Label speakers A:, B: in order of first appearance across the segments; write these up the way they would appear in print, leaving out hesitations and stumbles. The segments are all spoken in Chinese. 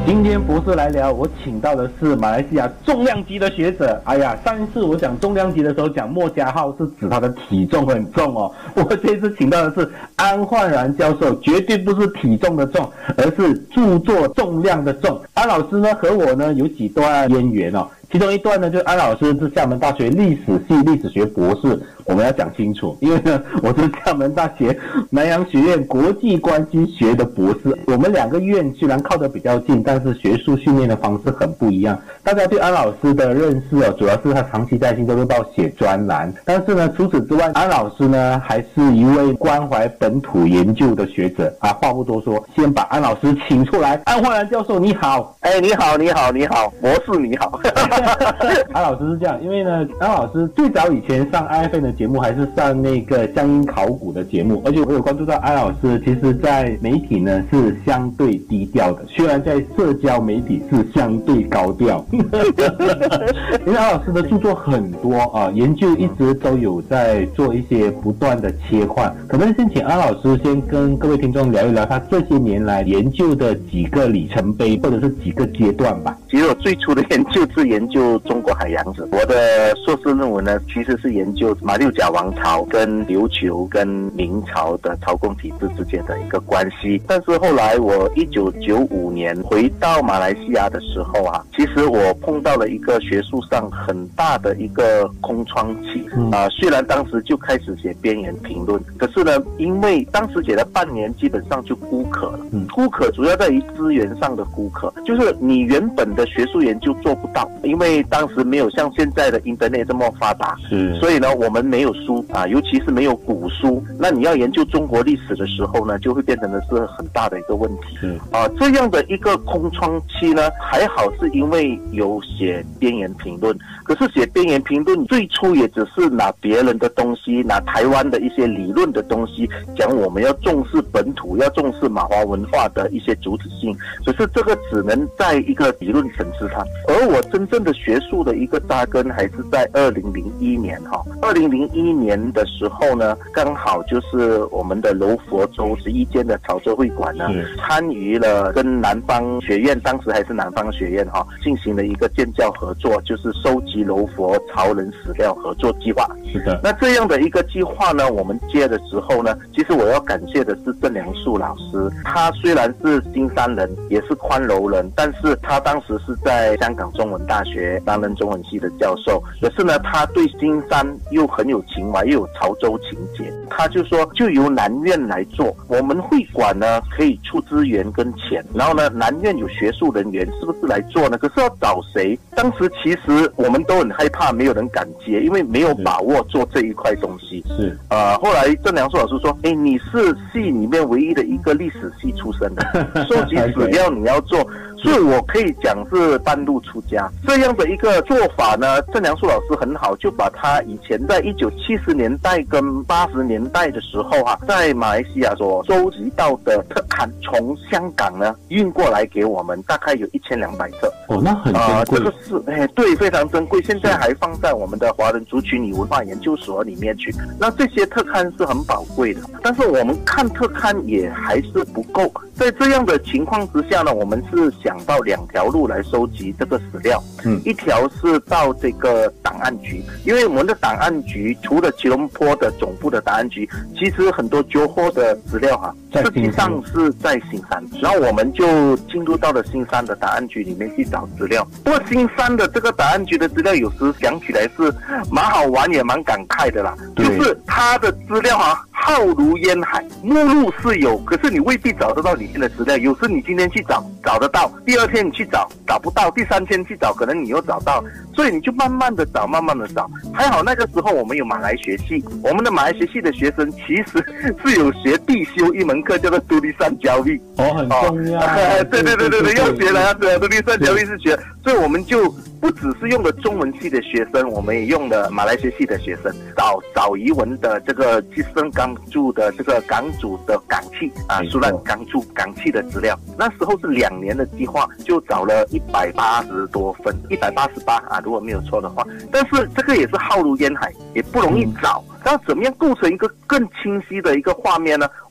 A: 今天博士来聊，我请到的是马来西亚重量级的学者。哎呀，上一次我讲重量级的时候讲莫家浩是指他的体重很重哦，我这次请到的是安焕然教授，绝对不是体重的重，而是著作重量的重。安老师呢和我呢有几段渊源哦，其中一段呢，就是安老师是厦门大学历史系历史学博士，我们要讲清楚，因为呢，我是厦门大学南洋学院国际关系学的博士。我们两个院虽然靠得比较近，但是学术训练的方式很不一样。大家对安老师的认识哦，主要是他长期在《新洲日报》写专栏，但是呢，除此之外，安老师呢还是一位关怀本土研究的学者啊。话不多说，先把安老师请出来。安焕然教授，你好。
B: 你好，博士你好。
A: 安老师是这样，因为呢，安老师最早以前上 IFN 的节目还是上那个乡音考古的节目，而且我有关注到安老师，其实在媒体呢是相对低调的，虽然在社交媒体是相对高调。因为安老师的著作很多啊，研究一直都有在做一些不断的切换，可能先请安老师先跟各位听众聊一聊他这些年来研究的几个里程碑，或者是几个阶段吧。
B: 其实我最初的研究是研究中国海洋史，我的硕士论文呢其实是研究马六甲王朝跟琉球跟明朝的朝贡体制之间的一个关系。但是后来我1995年回到马来西亚的时候啊，其实我碰到了一个学术上很大的一个空窗期虽然当时就开始写边缘评论，可是呢，因为当时写了半年，基本上就枯渴了。枯渴主要在于资源上的枯渴，就是你原本的学术研究做不到，因为当时没有像现在的 Internet 这么发达，所以呢，我们没有书尤其是没有古书，那你要研究中国历史的时候呢，就会变成的是很大的一个问题。这样的一个空窗期呢，还好是因为有写边缘评论，可是写边缘评论最初也只是拿别人的东西，拿台湾的一些理论的东西，讲我们要重视本土，要重视马华文化的一些主体性，可是这个只能在一个理论层次上。而我真正的学术的一个扎根还是在2001年2001年的时候呢，刚好就是我们的柔佛州11间的潮州会馆呢，参与了跟南方学院，当时还是南方学院进行了一个建教合作，就是收集柔佛潮人史料合作计划。
A: 是的。
B: 那这样的一个计划呢，我们接的时候呢，其实我要感谢的是郑良树老师，他虽然是新山人，也是宽柔人，但是他当时是在香港中文大学担任中文系的教授，可是呢，他对新山又很有情怀，又有潮州情节，他就说就由南院来做，我们会馆呢可以出资源跟钱，然后呢，南院有学术人员，是不是来做呢？可是要找谁？当时其实我们都很害怕，没有人敢接，因为没有把握做这一块东西。后来郑良树老师说，你是系里面唯一的一个历史系出身的，收集史料你要做，所以我可以讲是半路出家。这样的一个做法呢，郑良树老师很好，就把他以前在1970年代跟80年代的时候在马来西亚所收集到的特刊，从香港呢运过来给我们，大概有1200册。
A: 那很珍贵。
B: 这个是对，非常珍贵，现在还放在我们的华人族群与文化研究所里面去。那这些特刊是很宝贵的，但是我们看特刊也还是不够。在这样的情况之下呢，我们是想到2条路来收集这个史料。一条是到这个档案局，因为我们的档案局除了吉隆坡的总部的档案局，其实很多旧货的资料实际上是在新山，然后我们就进入到了新山的档案局里面去找资料。不过新山的这个档案局的资料有时想起来是蛮好玩也蛮感慨的啦，就是它的资料浩如烟海，目录是有，可是你未必找得到里面的资料。有时你今天去找得到，第二天你去找不到，第3天去找可能你又找到，所以你就慢慢的找。还好那个时候我们有马来学系，我们的马来学系的学生其实是有学必修一门课叫做独立三交易。
A: 很重要。
B: 对，要学的独立三交易是学，所以我们就不只是用了中文系的学生，我们也用了马来学系的学生，找彝文的这个吉森港柱的这个港主的港器苏兰港柱港器的资料。那时候是2年的计划，就找了180多份，188如果没有错的话。但是这个也是浩如烟海，也不容易找。那怎么样构成一个更清晰的一个画面呢？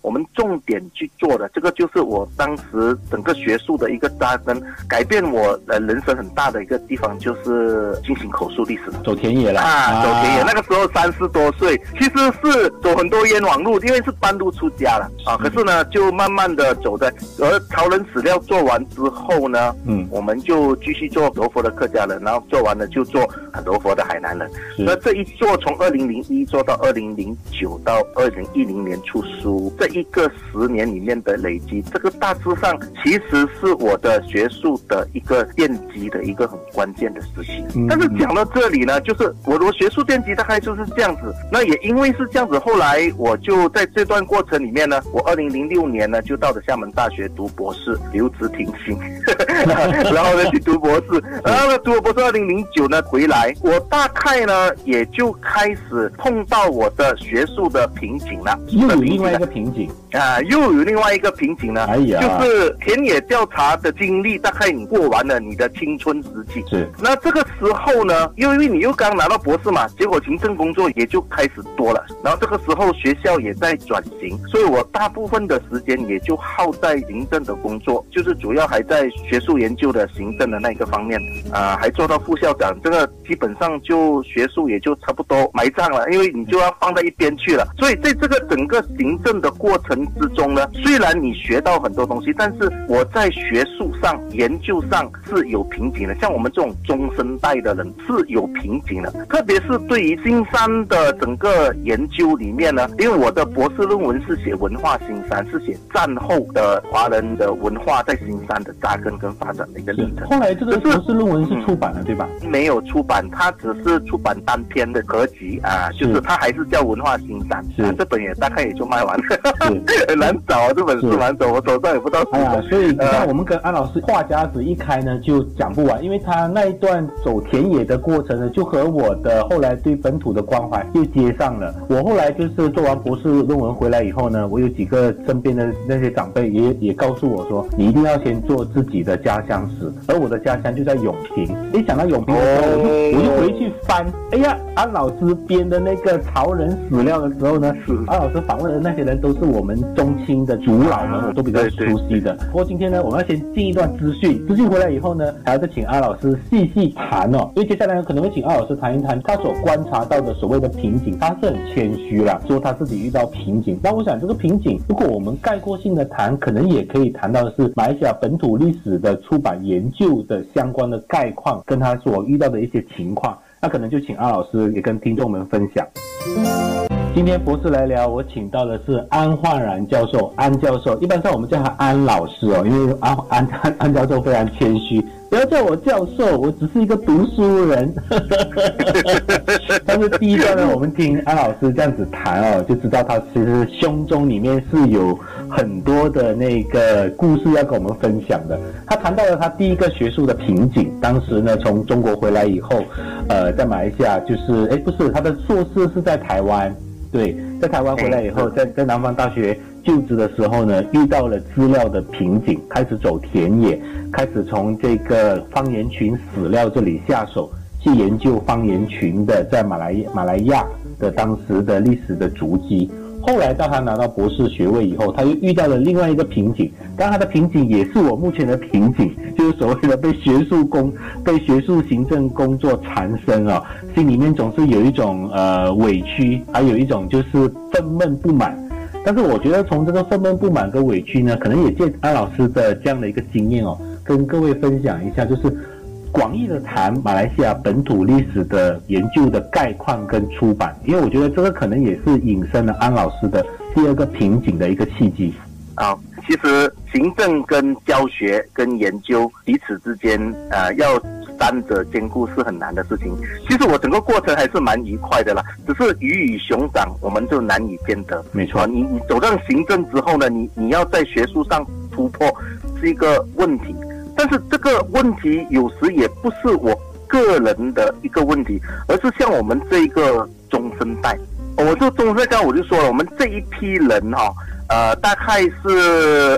B: 我们重点去做的，这个就是我当时整个学术的一个扎根，改变我人生很大的一个地方，就是进行口述历史，
A: 走田野了
B: 走田野。那个时候30多岁，其实是走很多冤枉路，因为是半路出家了可是呢，就慢慢的走在，而潮人史料做完之后呢，我们就继续做柔佛的客家人，然后做完了就做柔佛的海南人。那这一做从2001做到2009到2010年出书，这一个10年里面的累积，这个大致上其实是我的学术的一个奠基的一个很关键的时期。但是讲到这里呢，就是我学术奠基大概就是这样子。那也因为是这样子，后来我就在这段过程里面呢，我2006年呢就到了厦门大学读博士，留职停薪然后呢去读博士，然后呢读了博士2009呢回来，我大概呢也就开始碰到我的学术的瓶颈了，
A: 又有另外一个瓶颈
B: 呢，就是田野调查的经历，大概你过完了你的青春时期，
A: 是
B: 那这个时候呢，因为你又刚拿到博士嘛，结果行政工作也就开始多了，然后这个时候学校也在转型，所以我大部分的时间也就耗在行政的工作，就是主要还在学术研究的行政的那个方面，还做到副校长，这个基本上就学术也就差不多埋葬了，因为你就要放在一边去了。所以在这个整个行政的过程之中呢，虽然你学到很多东西，但是我在学术上研究上是有瓶颈的，像我们这种中生代的人是有瓶颈的，特别是对于新山的整个研究里面呢，因为我的博士论文是写文化新山，是写战后的华人的文化在新山的扎根跟发展的一个历程。
A: 后来这个博士论文是出版了对吧？
B: 没有出版，它只是出版单篇的合集就是它还是叫文化新山，这本也大概也就卖完了很难找这本书难找，我手上也不到10本。
A: 所以你看我们跟安老师话匣子一开呢就讲不完，因为他那一段走田野的过程呢，就和我的后来对本土的关怀又接上了。我后来就是做完博士论文回来以后呢，我有几个身边的那些长辈也告诉我说，你一定要先做自己的家乡史，而我的家乡就在永平。一想到永平的时候，我就回去翻，哎呀，安老师编的那个潮人史料的时候呢，安老师访问的那些人都是我们中青的族老们，我都比较熟悉的。不过今天呢，我们要先进一段资讯回来以后呢，还要再请安老师细细谈因为接下来可能会请安老师谈一谈他所观察到的所谓的瓶颈。他是很谦虚啦，说他自己遇到瓶颈。那我想这个瓶颈，如果我们概括性的谈，可能也可以谈到的是马来西亚本土历史的出版研究的相关的概况，跟他所遇到的一些情况。那可能就请安老师也跟听众们分享。今天博士来聊，我请到的是安焕然教授，安教授，一般上我们叫他安老师因为安教授非常谦虚，不要叫我教授，我只是一个读书人但是第一段呢，我们听安老师这样子谈就知道他其实胸中里面是有很多的那个故事要跟我们分享的。他谈到了他第一个学术的瓶颈，当时呢从中国回来以后在马来西亚就是不是，他的硕士是在台湾，对，在台湾回来以后，在南方大学就职的时候呢，遇到了资料的瓶颈，开始走田野，开始从这个方言群史料这里下手，去研究方言群的在马来亚的当时的历史的足迹。后来到他拿到博士学位以后，他又遇到了另外一个瓶颈，但他的瓶颈也是我目前的瓶颈，就是所谓的被学术行政工作缠身心里面总是有一种委屈，还有一种就是愤懑不满。但是我觉得从这个愤懑不满跟委屈呢，可能也借安老师的这样的一个经验跟各位分享一下，就是广义的谈马来西亚本土历史的研究的概况跟出版，因为我觉得这个可能也是引申了安老师的第二个瓶颈的一个契机。
B: 其实行政跟教学跟研究彼此之间要三者兼顾是很难的事情。其实我整个过程还是蛮愉快的啦，只是鱼与熊掌我们就难以兼得。
A: 没错，
B: 你走上行政之后呢，你要在学术上突破是一个问题。但是这个问题有时也不是我个人的一个问题，而是像我们这一个中生代，我就中生代，刚刚我就说了，我们这一批人大概是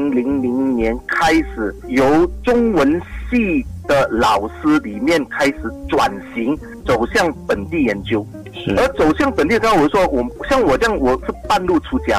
B: 2000年开始由中文系的老师里面开始转型走向本地研究。而走向本地，刚刚我说像我这样，我是半路出家嘛，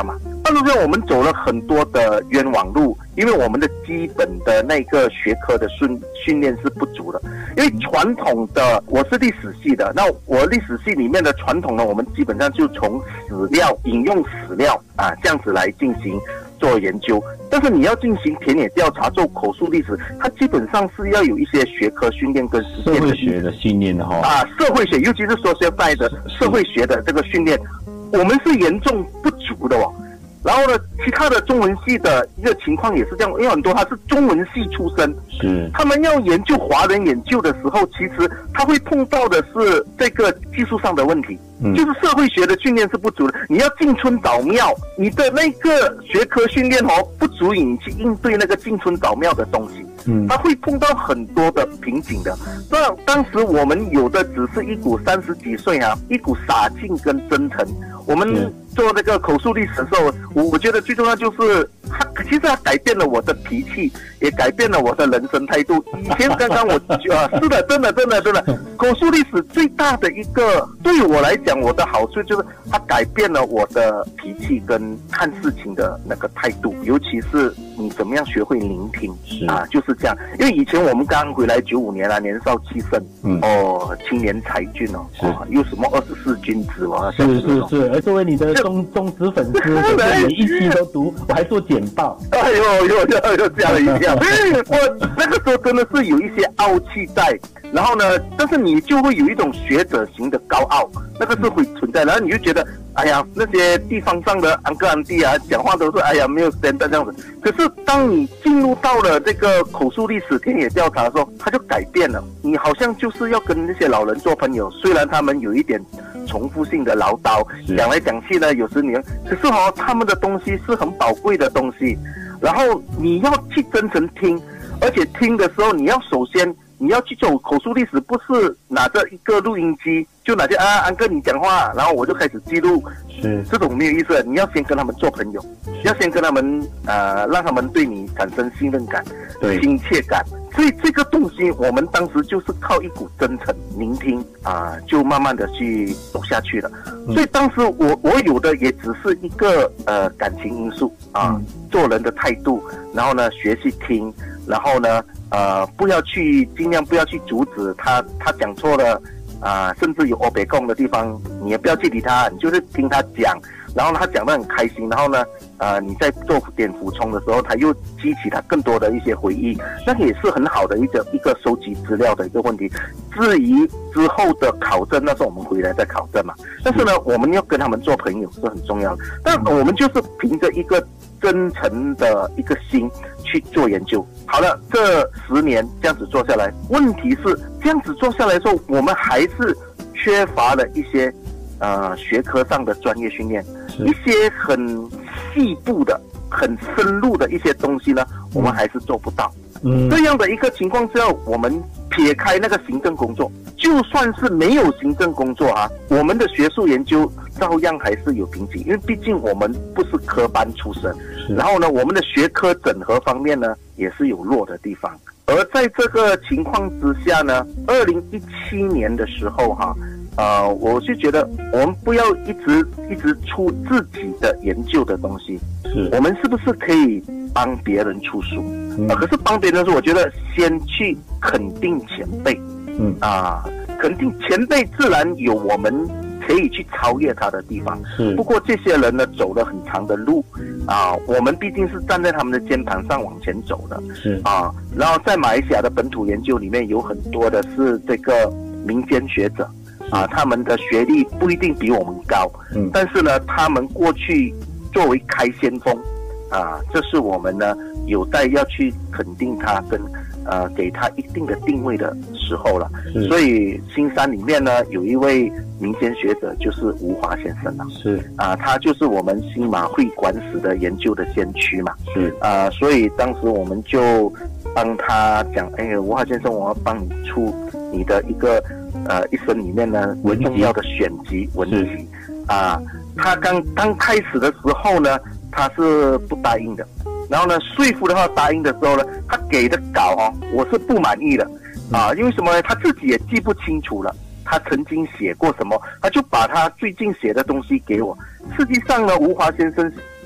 B: 但是我们走了很多的冤枉路，因为我们的基本的那个学科的训练是不足的。因为传统的，我是历史系的，那我历史系里面的传统呢，我们基本上就从史料引用史料这样子来进行做研究。但是你要进行田野调查做口述历史，它基本上是要有一些学科训练跟实践的
A: 社会学的训练的
B: 社会学，尤其是social science的社会学的这个训练，我们是严重不足的哦。然后呢，其他的中文系的一个情况也是这样，因为很多他是中文系出身，
A: 是
B: 他们要研究华人研究的时候，其实他会碰到的是这个技术上的问题，就是社会学的训练是不足的。你要进村找庙，你的那个学科训练不足以你去应对那个进村找庙的东西。他会碰到很多的瓶颈的。那当时我们有的只是一股30几岁一股洒劲跟真诚。我们做这个口述历史的时候，我觉得最重要就是其实它改变了我的脾气，也改变了我的人生态度。以前刚刚我是的，真的，口述历史最大的一个对我来讲，我的好处就是它改变了我的脾气跟看事情的那个态度，尤其是你怎么样学会聆听就是这样。因为以前我们刚回来95年年少气盛，青年才俊又什么24君子
A: 是，而作为你的忠实粉丝，每一期都读，我还做简报。
B: 又这样一下，我那个时候真的是有一些傲气在，然后呢，但是你就会有一种学者型的高傲，那个是会存在，然后你就觉得，哎呀，那些地方上的安哥安弟讲话都是哎呀没有 stand 这样子。可是当你进入到了这个口述历史田野调查的时候，它就改变了，你好像就是要跟那些老人做朋友，虽然他们有一点重复性的唠叨，讲来讲去呢，有时可是他们的东西是很宝贵的东西，然后你要去真诚听，而且听的时候首先你要去做口述历史，不是拿着一个录音机就拿着安哥你讲话，然后我就开始记录，这种没有意思。你要先跟他们做朋友，要先跟他们让他们对你产生信任感、亲切感。所以这个东西我们当时就是靠一股真诚聆听就慢慢的去走下去了。所以当时我有的也只是一个感情因素做人的态度，然后呢学习听，然后呢尽量不要去阻止他讲错了甚至有欧北共的地方，你也不要去理他，你就是听他讲，然后他讲得很开心，然后呢你在做点补充的时候，他又激起他更多的一些回忆，那个也是很好的一个收集资料的一个问题。至于之后的考证，那是我们回来再考证嘛。但是呢，我们要跟他们做朋友是很重要的。但我们就是凭着一个真诚的一个心去做研究。好了，这10年这样子做下来，问题是这样子做下来的时候，我们还是缺乏了一些学科上的专业训练，一些很细部的、很深入的一些东西呢，我们还是做不到。这样的一个情况之下，我们撇开那个行政工作，就算是没有行政工作我们的学术研究照样还是有瓶颈，因为毕竟我们不是科班出身，然后呢，我们的学科整合方面呢也是有弱的地方。而在这个情况之下呢，2017年的时候我就觉得我们不要一直出自己的研究的东西，我们是不是可以帮别人出书？可是帮别人说，我觉得先去肯定前辈，肯定前辈自然有我们可以去超越他的地方。不过这些人呢走了很长的路我们毕竟是站在他们的肩膀上往前走的。然后在马来西亚的本土研究里面有很多的是这个民间学者。他们的学历不一定比我们高，但是呢，他们过去作为开先锋，这是我们呢有待要去肯定他跟给他一定的定位的时候了。所以新山里面呢有一位民间学者就是吴华先生他就是我们新马会馆史的研究的先驱嘛。所以当时我们就帮他讲，吴华先生，我要帮你出你的一个一生里面呢重要的选集文集他刚开始的时候呢，他是不答应的，然后呢说服的话答应的时候呢，他给的稿我是不满意的因为什么呢？他自己也记不清楚了，他曾经写过什么，他就把他最近写的东西给我。实际上呢，吴华先生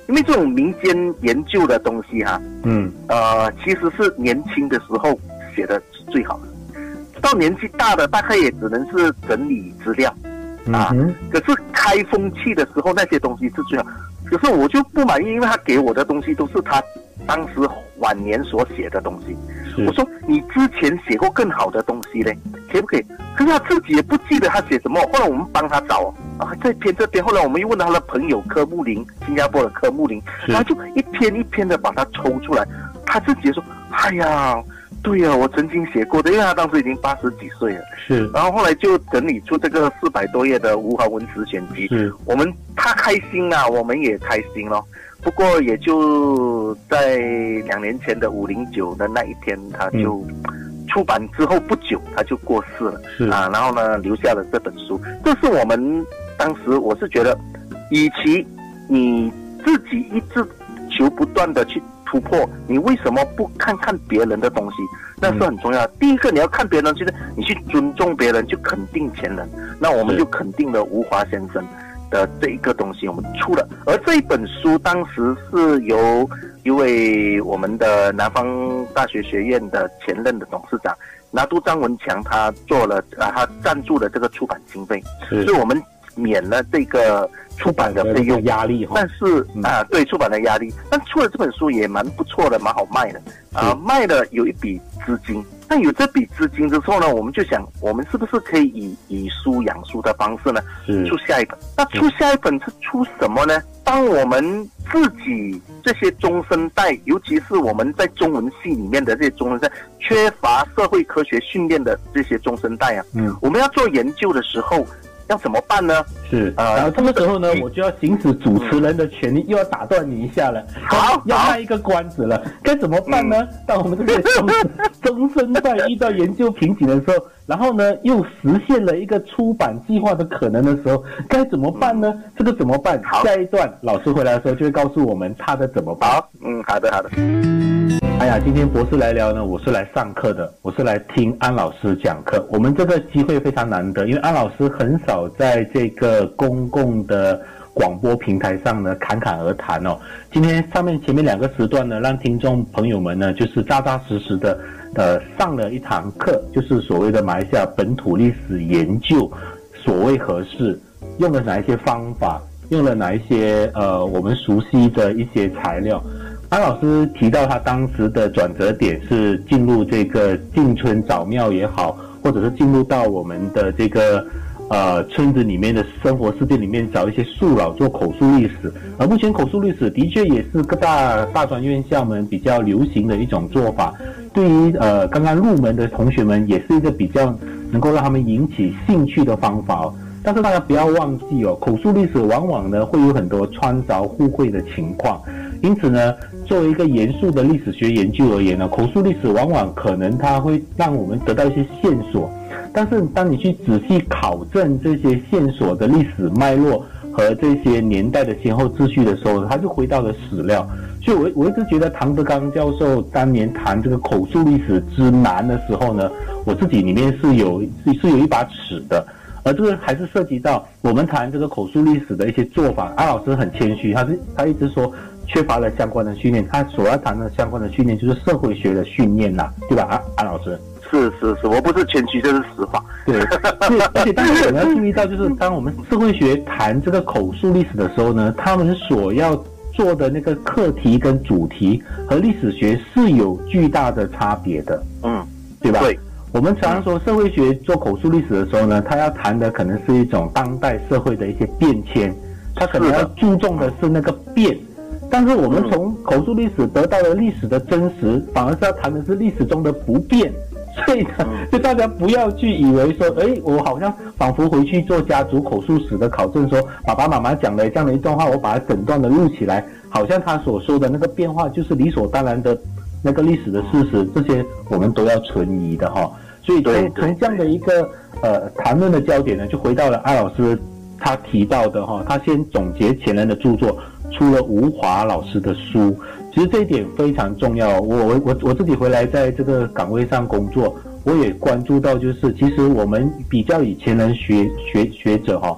B: 因为这种民间研究的东西哈，其实是年轻的时候写的最好的，到年纪大的大概也只能是整理资料啊。可是开风气的时候那些东西是最好，可是我就不满意，因为他给我的东西都是他当时晚年所写的东西。我说你之前写过更好的东西嘞，可不可以？可是他自己也不记得他写什么。后来我们帮他找啊，这边，后来我们又问他的朋友柯木林，新加坡的柯木林，他就一篇一篇的把它抽出来。他自己说：“哎呀，对呀，我曾经写过的，因为他当时已经80几岁了。”是。然后后来就整理出这个400多页的吴华文词选集。是。他开心啊，我们也开心咯。不过也就在2年前的509的那一天，他就出版之后不久他就过世了。然后呢留下了这本书。这是我们当时我是觉得，与其你自己一直求不断的去突破，你为什么不看看别人的东西？那是很重要的。第一个你要看别人，就是你去尊重别人，就肯定前人。那我们就肯定了吴华先生的这一个东西，我们出了。而这一本书当时是由一位我们的南方大学学院的前任的董事长拿督张文强，他做了他赞助了这个出版经费，所以我们免了这个出版的费用
A: 压力。
B: 但是对出版的压力，但出了这本书也蛮不错的，蛮好卖的卖了有一笔资金。但有这笔资金之后呢，我们就想，我们是不是可以以书养书的方式呢，出下一本？那出下一本是出什么呢？当我们自己这些中生代，尤其是我们在中文系里面的这些中生代，缺乏社会科学训练的这些中生代我们要做研究的时候要怎么办呢？
A: 然后这个时候呢，我就要行使主持人的权利，又要打断你一下了。要卖一个关子了，该怎么办呢？当我们这些中生代遇到研究瓶颈的时候，然后呢又实现了一个出版计划的可能的时候，该怎么办呢？这个怎么办？下一段老师回来的时候就会告诉我们他的怎么办。
B: 好的。
A: 哎呀，今天博士来聊呢，我是来上课的，我是来听安老师讲课。我们这个机会非常难得，因为安老师很少在这个公共的广播平台上呢侃侃而谈哦。今天前面2个时段呢，让听众朋友们呢就是扎扎实实的上了一堂课，就是所谓的马来西亚本土历史研究所谓何事，用了哪一些方法，用了哪一些我们熟悉的一些材料。安老师提到他当时的转折点是进入这个进村找庙也好，或者是进入到我们的这个村子里面的生活事件里面找一些宿老做口述历史。而目前口述历史的确也是各大专院校们比较流行的一种做法，对于刚刚入门的同学们也是一个比较能够让他们引起兴趣的方法但是大家不要忘记口述历史往往呢会有很多穿凿互惠的情况，因此呢，作为一个严肃的历史学研究而言呢，口述历史往往可能它会让我们得到一些线索，但是当你去仔细考证这些线索的历史脉络和这些年代的先后秩序的时候，它就回到了史料。所以我一直觉得唐德刚教授当年谈这个口述历史之难的时候呢，我自己里面是有一把尺的。而这个还是涉及到我们谈这个口述历史的一些做法。安老师很谦虚，他一直说缺乏了相关的训练，他所要谈的相关的训练就是社会学的训练对吧？安老师
B: 是，我不是谦虚，这是实话。
A: 对，而且当然我们要注意到，就是当我们社会学谈这个口述历史的时候呢，他们所要做的那个课题跟主题和历史学是有巨大的差别的，对吧？对。我们常说社会学做口述历史的时候呢，他要谈的可能是一种当代社会的一些变迁，他可能要注重的是那个变，但是我们从口述历史得到的历史的真实，反而是要谈的是历史中的不变。所以呢，就大家不要去以为说，我好像仿佛回去做家族口述史的考证，说爸爸妈妈讲了这样的一段话，我把它整段的录起来，好像他所说的那个变化就是理所当然的那个历史的事实，这些我们都要存疑的所以从这样的一个谈论的焦点呢，就回到了安老师他提到的他先总结前人的著作，出了吴华老师的书。其实这一点非常重要。我自己回来在这个岗位上工作，我也关注到，就是其实我们比较以前人学者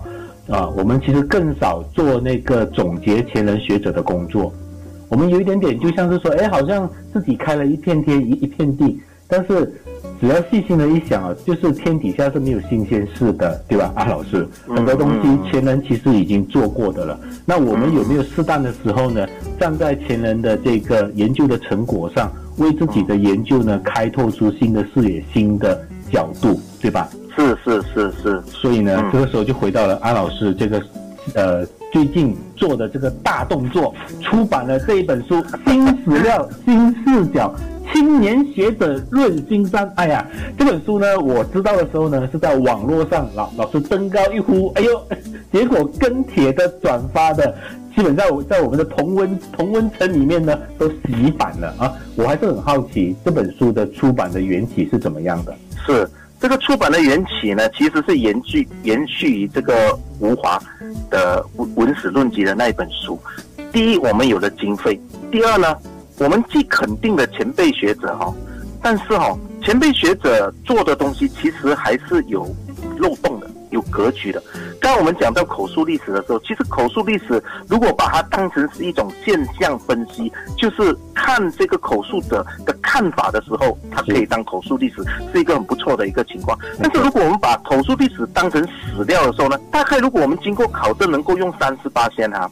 A: 我们其实更少做那个总结前人学者的工作。我们有一点点就像是说，好像自己开了一片天一片地，但是只要细心的一想就是天底下是没有新鲜事的，对吧？老师，很多东西前人其实已经做过的了。那我们有没有适当的时候呢，站在前人的这个研究的成果上，为自己的研究呢开拓出新的视野、新的角度，对吧？
B: 是。
A: 所以呢，这个时候就回到了安老师这个最近做的这个大动作，出版了这一本书《新史料新视角青年学者论新山》。这本书呢，我知道的时候呢，是在网络上老师登高一呼，结果跟帖的转发的，基本上在我们的同温层里面呢，都洗版了我还是很好奇这本书的出版的缘起是怎么样的。
B: 是这个出版的缘起呢，其实是延续于这个吴华的文史论集的那一本书。第一，我们有了经费；第二呢，我们既肯定了前辈学者但是前辈学者做的东西其实还是有漏洞的，有格局的。刚刚我们讲到口述历史的时候，其实口述历史如果把它当成是一种现象分析，就是看这个口述者的看法的时候，它可以当口述历史，是一个很不错的一个情况。但是如果我们把口述历史当成史料的时候呢，大概如果我们经过考证能够用38%，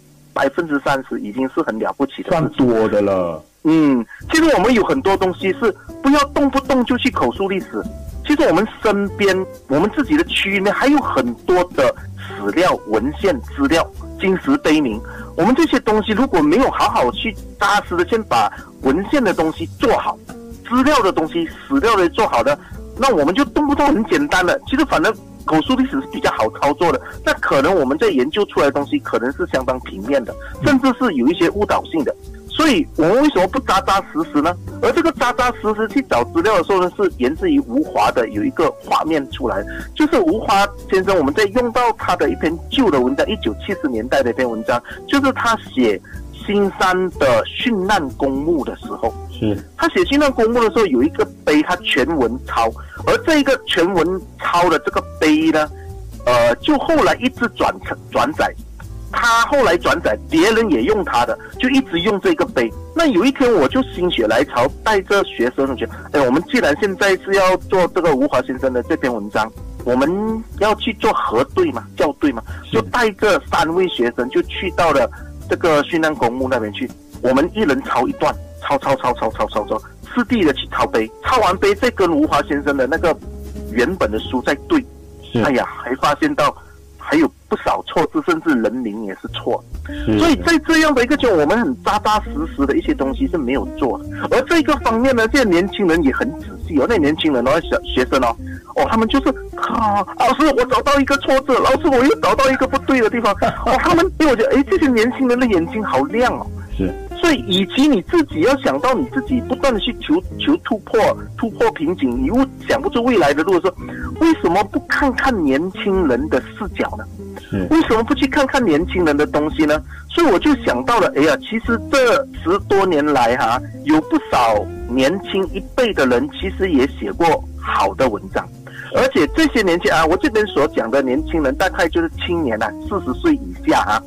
B: 30%已经是很了不起的，
A: 算多的了。
B: 其实我们有很多东西是不要动不动就去口述历史。其实我们身边，我们自己的区域里面还有很多的史料、文献、资料、金石碑铭。我们这些东西如果没有好好去扎实的先把文献的东西做好，资料的东西、史料的做好的，那我们就动不动很简单了。其实反正口述历史是比较好操作的，那可能我们在研究出来的东西可能是相当平面的，甚至是有一些误导性的。所以我们为什么不扎扎实实呢？而这个扎扎实实去找资料的时候呢，是源自于吴华的有一个画面出来，就是吴华先生，我们在用到他的一篇旧的文章，1970年代的一篇文章，就是他写新山的殉难公墓的时候，他写殉难公墓的时候有一个碑，他全文抄，而这一个全文抄的这个碑呢，就后来一直转载。他后来转载，别人也用他的，就一直用这个碑。那有一天我就心血来潮，带着学生觉得，我们既然现在是要做这个吴华先生的这篇文章，我们要去做核对嘛，校对嘛，就带着3位学生就去到了这个殉难公墓那边去。我们一人抄一段，抄，次第的去抄碑，抄完碑再跟吴华先生的那个原本的书再对。还发现到还有不少错字，甚至人名也是错的。所以在这样的一个情况，我们很扎扎实实的一些东西是没有做的。而这个方面呢，现在年轻人也很仔细那年轻人小学生他们就是老师我找到一个错字，老师我又找到一个不对的地方他们因为我觉得这些年轻人的眼睛好亮所以以及你自己要想到你自己不断的去求突破瓶颈，你又想不出未来的路的时候，为什么不看看年轻人的视角呢？为什么不去看看年轻人的东西呢？所以我就想到了，其实这10多年来有不少年轻一辈的人其实也写过好的文章。而且这些年轻我这边所讲的年轻人大概就是青年40岁以下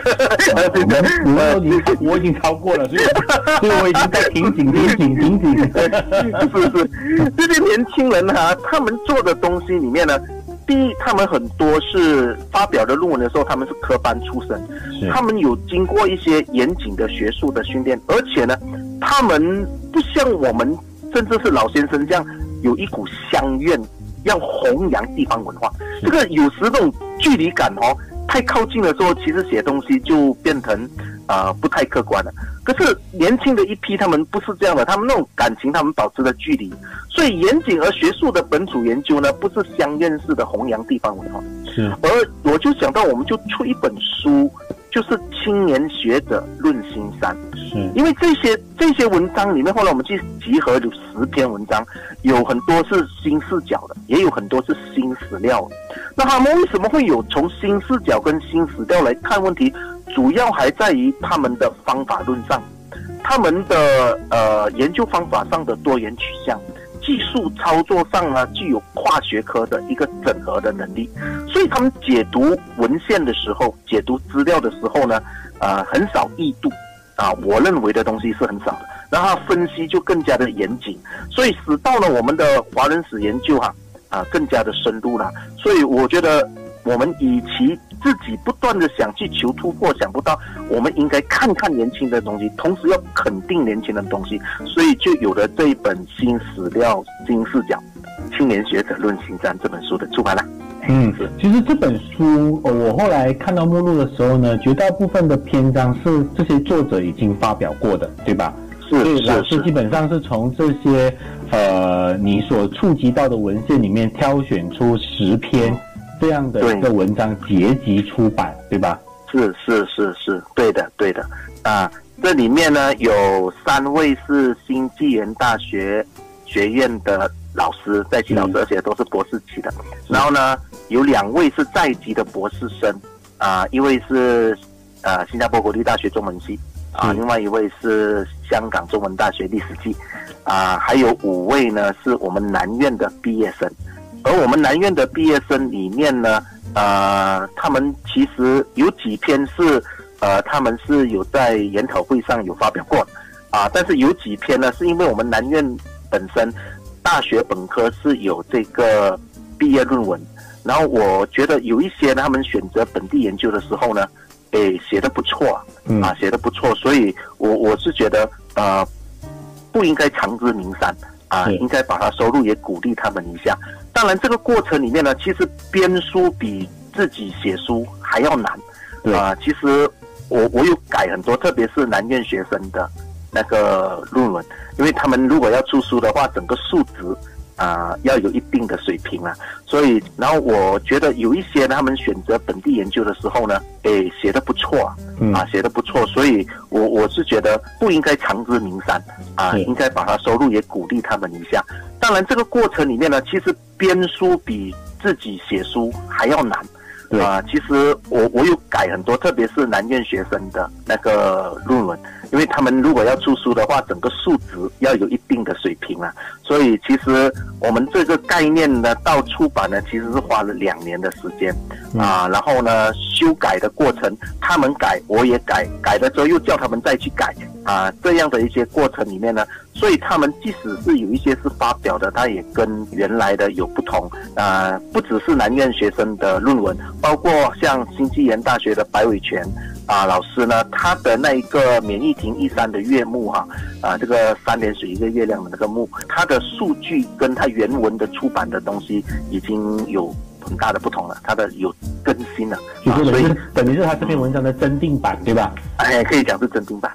A: 我已经超过了，所以我已经在挺紧
B: 是这些年轻人他们做的东西里面呢，第一，他们很多是发表的论文的时候，他们是科班出身，他们有经过一些严谨的学术的训练，而且呢，他们不像我们甚至是老先生这样有一股乡愿要弘扬地方文化，这个有时那种距离感太靠近的时候，其实写东西就变成不太客观了。可是年轻的一批他们不是这样的，他们那种感情他们保持了距离，所以严谨而学术的本土研究呢，不是乡愿式的弘扬地方文化。而我就想到我们就出一本书，就是青年学者论新山。因为这些文章里面，后来我们去集合有10篇文章，有很多是新视角的，也有很多是新史料的。那他们为什么会有从新视角跟新史料来看问题？主要还在于他们的方法论上，他们的研究方法上的多元取向， 技术操作上呢具有跨学科的一个整合的能力，所以他们解读文献的时候，解读资料的时候呢，很少异度我认为的东西是很少的，然后分析就更加的严谨，所以使到了我们的华人史研究更加的深入了。所以我觉得我们与其自己不断的想去求突破，想不到我们应该看看年轻的东西，同时要肯定年轻的东西，所以就有了这一本新史料新视角青年学者论新山这本书的出版了。
A: 其实这本书我后来看到目录的时候呢，绝大部分的篇章是这些作者已经发表过的，对吧？所以老师基本上是从这些你所触及到的文献里面挑选出10篇这样的一个文章结集出版，对吧？
B: 是，对的这里面呢有3位是新纪元大学学院的老师，在籍老师，而且都是博士级的。然后呢有2位是在籍的博士生一位是新加坡国立大学中文系另外一位是香港中文大学历史系还有5位呢是我们南院的毕业生。而我们南院的毕业生里面呢他们其实有几篇是他们是有在研讨会上有发表过但是有几篇呢是因为我们南院本身大学本科是有这个毕业论文，然后我觉得有一些他们选择本地研究的时候呢写得不错写得不错，所以我是觉得不应该强织名山应该把它收录，也鼓励他们一下。当然这个过程里面呢，其实编书比自己写书还要难其实我有改很多，特别是南院学生的那个论文，因为他们如果要出书的话，整个数值要有一定的水平所以然后我觉得有一些他们选择本地研究的时候呢写得不错写得不错，所以我是觉得不应该强织名山应该把它收录，也鼓励他们一下。当然这个过程里面呢，其实编书比自己写书还要难其实我有改很多，特别是南院学生的那个论文，因为他们如果要出书的话，整个数值要有一定的水平所以其实我们这个概念呢到出版呢其实是花了2年的时间然后呢修改的过程，他们改我也改了之后又叫他们再去改这样的一些过程里面呢，所以他们即使是有一些是发表的，它也跟原来的有不同不只是南院学生的论文，包括像新纪元大学的白伟全老师呢，他的那一个免疫庭一山的月目这个3点水一个月亮的那个目，他的数据跟他原文的出版的东西已经有很大的不同了，它的有更新了
A: 所以等于是他这篇文章的增订版，对吧？
B: 可以讲是增订版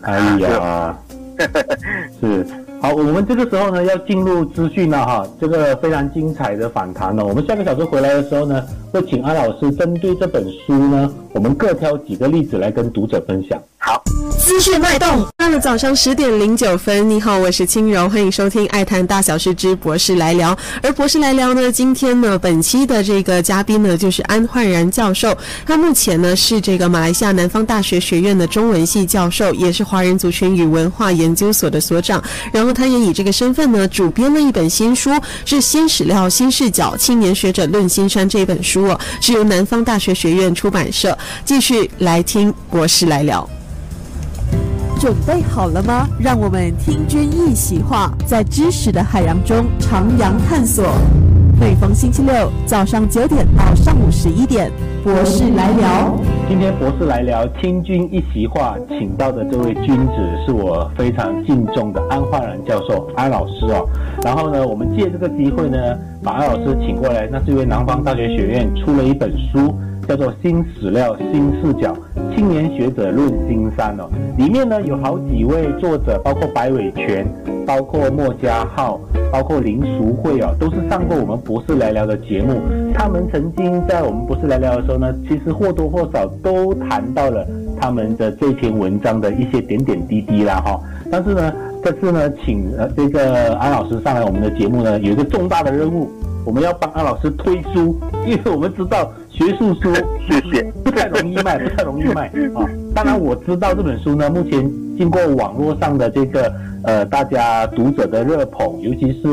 A: 是。好，我们这个时候呢要进入资讯了这个非常精彩的访谈呢，我们下个小时回来的时候呢，会请安老师针对这本书呢，我们各挑几个例子来跟读者分享。
B: 好，
C: 资讯脉动。到了早上10点09分，你好，我是清柔，欢迎收听爱谈大小事之博士来聊。而博士来聊呢，今天呢，本期的这个嘉宾呢，就是安焕然教授。他目前呢是这个马来西亚南方大学学院的中文系教授，也是华人族群与文化研究所的所长。然后他也以这个身份呢，主编了一本新书，是《新史料新视角青年学者论新山》这本书是由南方大学学院出版社。继续来听博士来聊。
D: 准备好了吗？让我们听君一席话，在知识的海洋中徜徉探索。每逢星期六早上9点到上午11点，博士来聊。
A: 今天博士来聊听君一席话，请到的这位君子是我非常敬重的安焕然教授，安老师然后呢，我们借这个机会呢，把安老师请过来，那是因为南方大学学院出了一本书，叫做《新史料新视角青年学者论新山》里面呢有好几位作者，包括白伟全，包括莫家浩，包括林淑慧都是上过我们博士来聊的节目。他们曾经在我们博士来聊的时候呢，其实或多或少都谈到了他们的这篇文章的一些点点滴滴啦但是呢，这次呢，请这个安老师上来我们的节目呢，有一个重大的任务，我们要帮安老师推书，因为我们知道学术书
B: 谢谢
A: 不太容易卖当然我知道这本书呢，目前经过网络上的这个大家读者的热捧，尤其是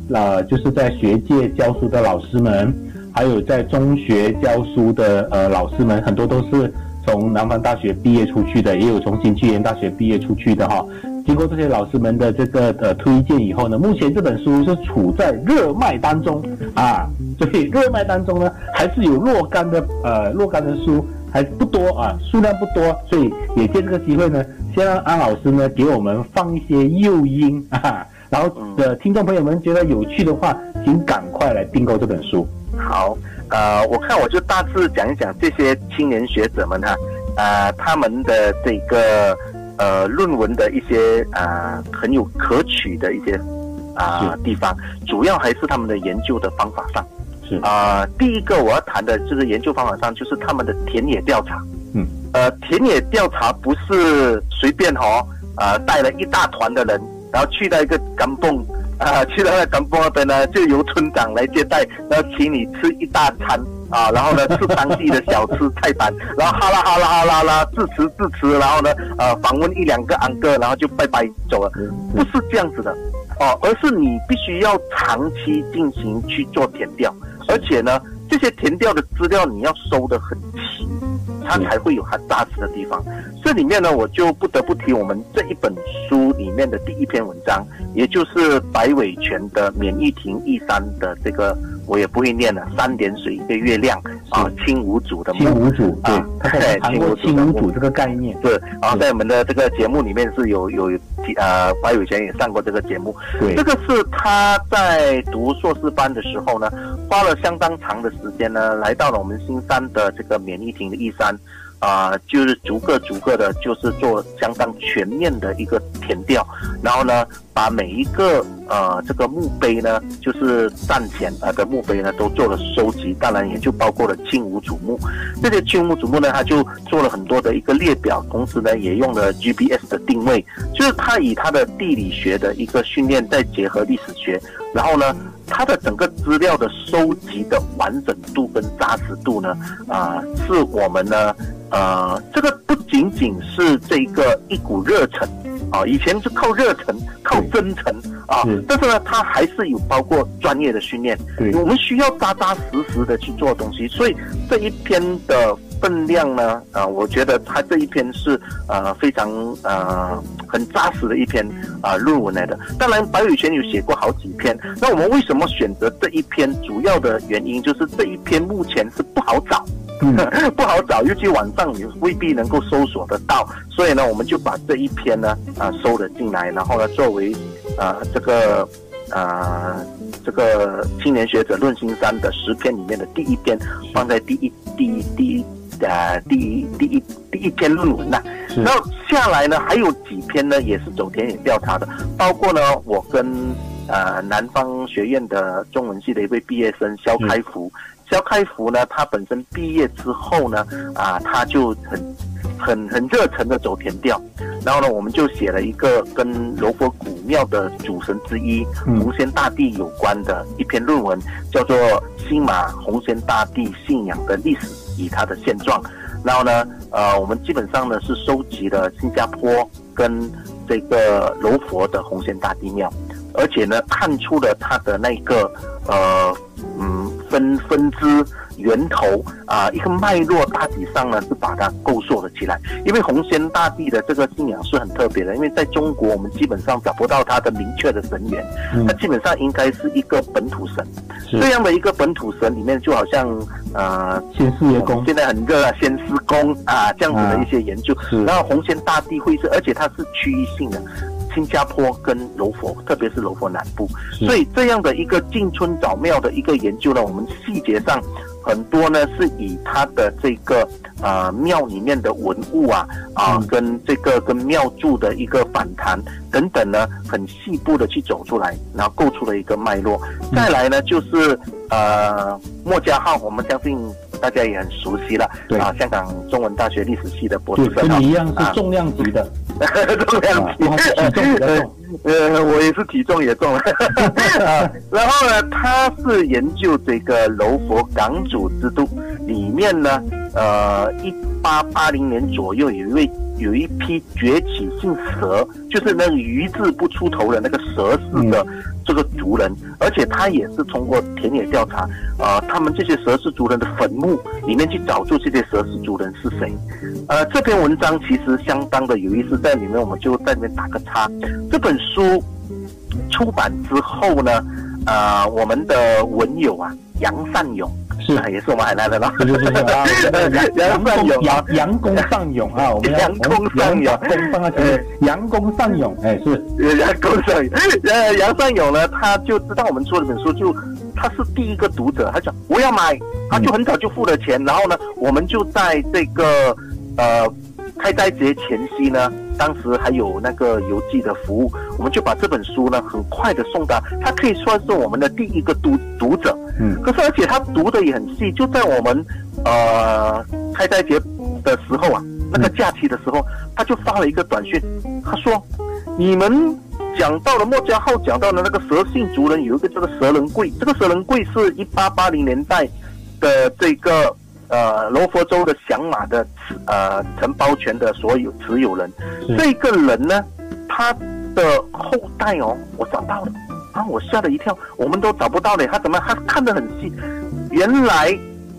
A: 就是在学界教书的老师们，还有在中学教书的老师们，很多都是从南方大学毕业出去的，也有从新纪元大学毕业出去的哈。经过这些老师们的这个推荐以后呢，目前这本书是处在热卖当中啊，所以热卖当中呢，还是有若干的书还不多啊，数量不多，所以也借这个机会呢，先让安老师呢给我们放一些诱因啊，然后听众朋友们觉得有趣的话，请赶快来订购这本书。
B: 好，我看我就大致讲一讲这些青年学者们他们的这个论文的一些很有可取的一些地方，主要还是他们的研究的方法上。是第一个我要谈的就是研究方法上，就是他们的田野调查。田野调查不是随便带了一大团的人，然后去到一个甘蹦去到那甘蹦那边呢，就由村长来接待，然后请你吃一大餐然后呢吃当地的小吃菜单，然后哈啦致辞，然后呢访问一两个安哥，然后就拜拜走了，不是这样子的而是你必须要长期进行去做田调，而且呢这些田调的资料你要收得很齐，它才会有它扎实的地方。这里面呢，我就不得不提我们这一本书里面的第一篇文章，也就是白伟全的免疫庭E3的这个，我也不会念了，3点水一个月亮氢五组的
A: 氢五组，对，他谈过氢五组这个概念，
B: 是在我们的这个节目里面是有白伟全也上过这个节目，对，这个是他在读硕士班的时候呢，花了相当长的时间呢，来到了我们新山的这个免疫庭的E3。就是逐个的，就是做相当全面的一个田调，然后呢，把每一个这个墓碑呢，就是战前的墓碑呢，都做了收集，当然也就包括了清五祖墓。这些清五祖墓呢，他就做了很多的一个列表，同时呢，也用了 GPS 的定位，就是他以他的地理学的一个训练，再结合历史学，然后呢，它的整个资料的收集的完整度跟扎实度呢，是我们呢。这个不仅仅是这个一股热忱以前是靠热忱、靠真诚但是呢，它还是有包括专业的训练。我们需要扎扎实实的去做东西，所以这一篇的分量呢，我觉得它这一篇是非常很扎实的一篇论文来的。当然，白伟全有写过好几篇，那我们为什么选择这一篇？主要的原因就是这一篇目前是不好找。不好找，尤其网上你未必能够搜索得到，所以呢，我们就把这一篇呢收了进来，然后呢，作为这个青年学者论新山的10篇里面的第一篇，放在第一篇论文然后下来呢，还有几篇呢也是走田野调查的，包括呢我跟南方学院的中文系的一位毕业生肖开福呢，他本身毕业之后呢，他就很热忱的走田调，然后呢，我们就写了一个跟柔佛古庙的主神之一红仙大帝有关的一篇论文，叫做《新马红仙大帝信仰的历史与它的现状》。然后呢，我们基本上呢是收集了新加坡跟这个柔佛的红仙大帝庙，而且呢看出了它的那个分支源头一个脉络，大体上呢是把它构筑了起来。因为红仙大帝的这个信仰是很特别的，因为在中国我们基本上找不到它的明确的神源，它基本上应该是一个本土神。这样的一个本土神里面，就好像
A: 先师爷公，
B: 现在很热先师公这样子的一些研究。然后红仙大帝会是，而且它是区域性的。新加坡跟柔佛，特别是柔佛南部，所以这样的一个进村找庙的一个研究呢，我们细节上很多呢是以它的这个庙里面的文物跟这个跟庙祝的一个反弹等等呢，很细部的去走出来，然后构出了一个脉络。再来呢就是莫家浩，我们相信大家也很熟悉了，香港中文大学历史系的博士生，
A: 跟你一样是重量级的。
B: 重量级，
A: 体重比较重。
B: 我也是体重也重了。然后呢，他是研究这个柔佛港主之都里面呢，1880年左右有一位有一批崛起姓佘，就是那个鱼字不出头的那个佘氏的这个族人，而且他也是通过田野调查，他们这些佘氏族人的坟墓里面去找出这些佘氏族人是谁。这篇文章其实相当的有意思，在里面我们就在里面打个叉。这本书出版之后呢，我们的文友杨善勇也是我们海南的了，
A: 杨善勇杨公善勇啊，我们
B: 杨公善勇，
A: 杨公善勇，是
B: 杨公善勇，杨善勇呢，他就知道我们出了本书，他是第一个读者，他讲我要买，他就很早就付了钱，然后呢，我们就在这个开斋节前夕呢，当时还有那个邮寄的服务，我们就把这本书呢很快的送达，他可以算是我们的第一个读者。可是而且他读的也很细，就在我们开斋节的时候那个假期的时候，他就发了一个短讯，他说你们讲到了莫家浩讲到的那个佘姓族人有一个叫做佘仁贵，这个佘仁贵是1880年代的这个罗佛州的响马的承包权的所有持有人，这个人呢，他的后代我找到了我吓了一跳，我们都找不到嘞，他看得很细，原来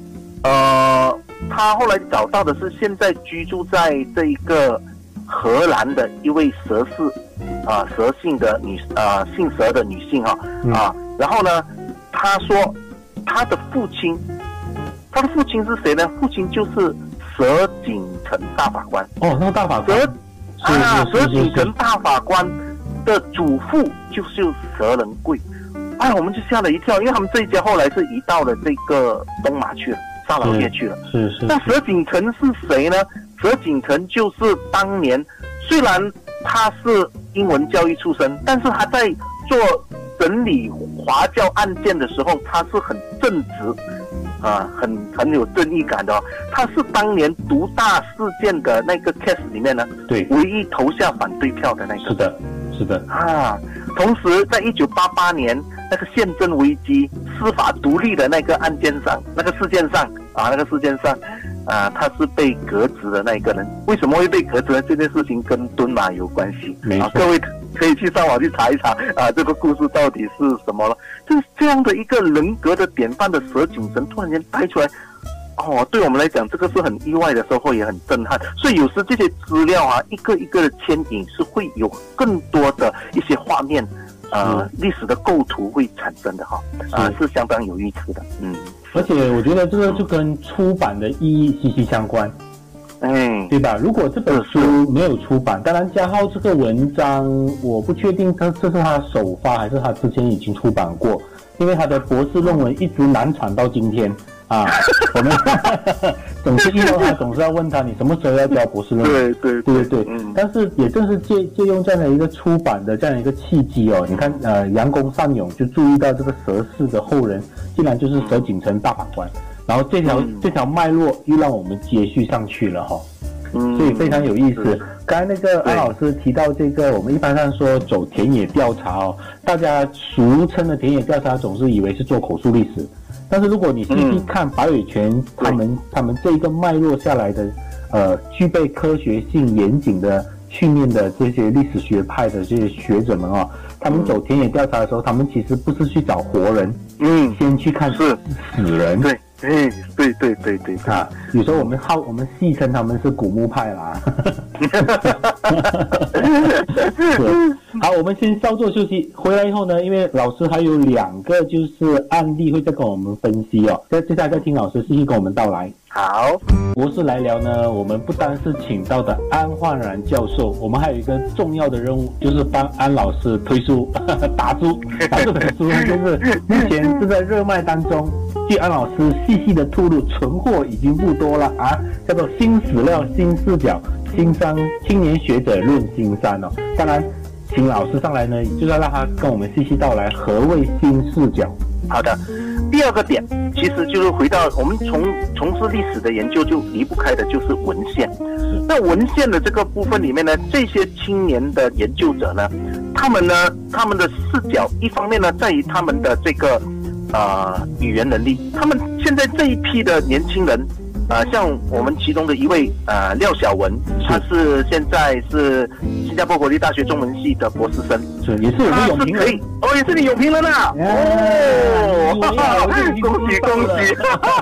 B: 他后来找到的是现在居住在这一个荷兰的一位佘氏佘姓的姓佘的女性然后呢，他说他的父亲是谁呢？父亲就是佘景成大法官。
A: 那个大法官。
B: 佘景成大法官的祖父就是佘仁贵。我们就吓了一跳，因为他们这一家后来是移到了这个东马去了，沙劳越去了。是。那佘景成是谁呢？佘景成就是当年，虽然他是英文教育出身，但是他在做审理华教案件的时候，他是很正直。很有正义感的他是当年毒大事件的那个 case 里面呢，对，唯一投下反对票的那个。是的。同时在1988年那个宪政危机、司法独立的那个事件上，他是被革职的那一个人。为什么会被革职呢？这件事情跟敦马有关系。各位可以去上网去查一查这个故事到底是什么了。就是这样的一个人格的典范的佘景成突然间带出来，对我们来讲这个是很意外的收获，也很震撼。所以有时这些资料一个一个的牵引是会有更多的一些画面历史的构图会产生的是相当有意思的。
A: 而且我觉得这个就跟出版的意义息息相关。对吧？如果这本书没有出版，当然家浩这个文章我不确定这是他首发还是他之前已经出版过，因为他的博士论文一直难产到今天我们总是遇到他，总是要问他你什么时候要交博士论文？对。但是也正是借用这样的一个出版的这样的一个契机你看杨公善勇就注意到这个佘氏的后人竟然就是佘景成大法官。然后这条脉络又让我们接续上去了所以非常有意思。刚才那个安老师提到这个，我们一般上说走田野调查大家俗称的田野调查总是以为是做口述历史，但是如果你细细看白伟全他们这一个脉络下来的具备科学性严谨的训练的这些历史学派的这些学者们他们走田野调查的时候，他们其实不是去找活人，先去看死人。对。有时候我们戏称他们是古墓派啦。好，我们先稍作休息，回来以后呢，因为老师还有2个就是案例会再跟我们分析接下来再听老师继续跟我们道来。
B: 好，
A: 博士来聊呢，我们不单是请到的安焕然教授，我们还有一个重要的任务，就是帮安老师推出打这本书就是目前正在热卖当中。据安老师细细的透露，存货已经不多了叫做新史料新视角，青年学者论新山当然请老师上来呢，就是要让他跟我们细细道来何谓新视角。
B: 好的，第2个点其实就是回到我们从事历史的研究就离不开的就是文献。那文献的这个部分里面呢，这些青年的研究者呢，他们的视角一方面呢在于他们的这个语言能力，他们现在这一批的年轻人像我们其中的一位廖小文，他是现在是新加坡国立大学中文系的博士生，
A: 是也是我们永平人
B: 也是你永平人啊！恭喜恭喜！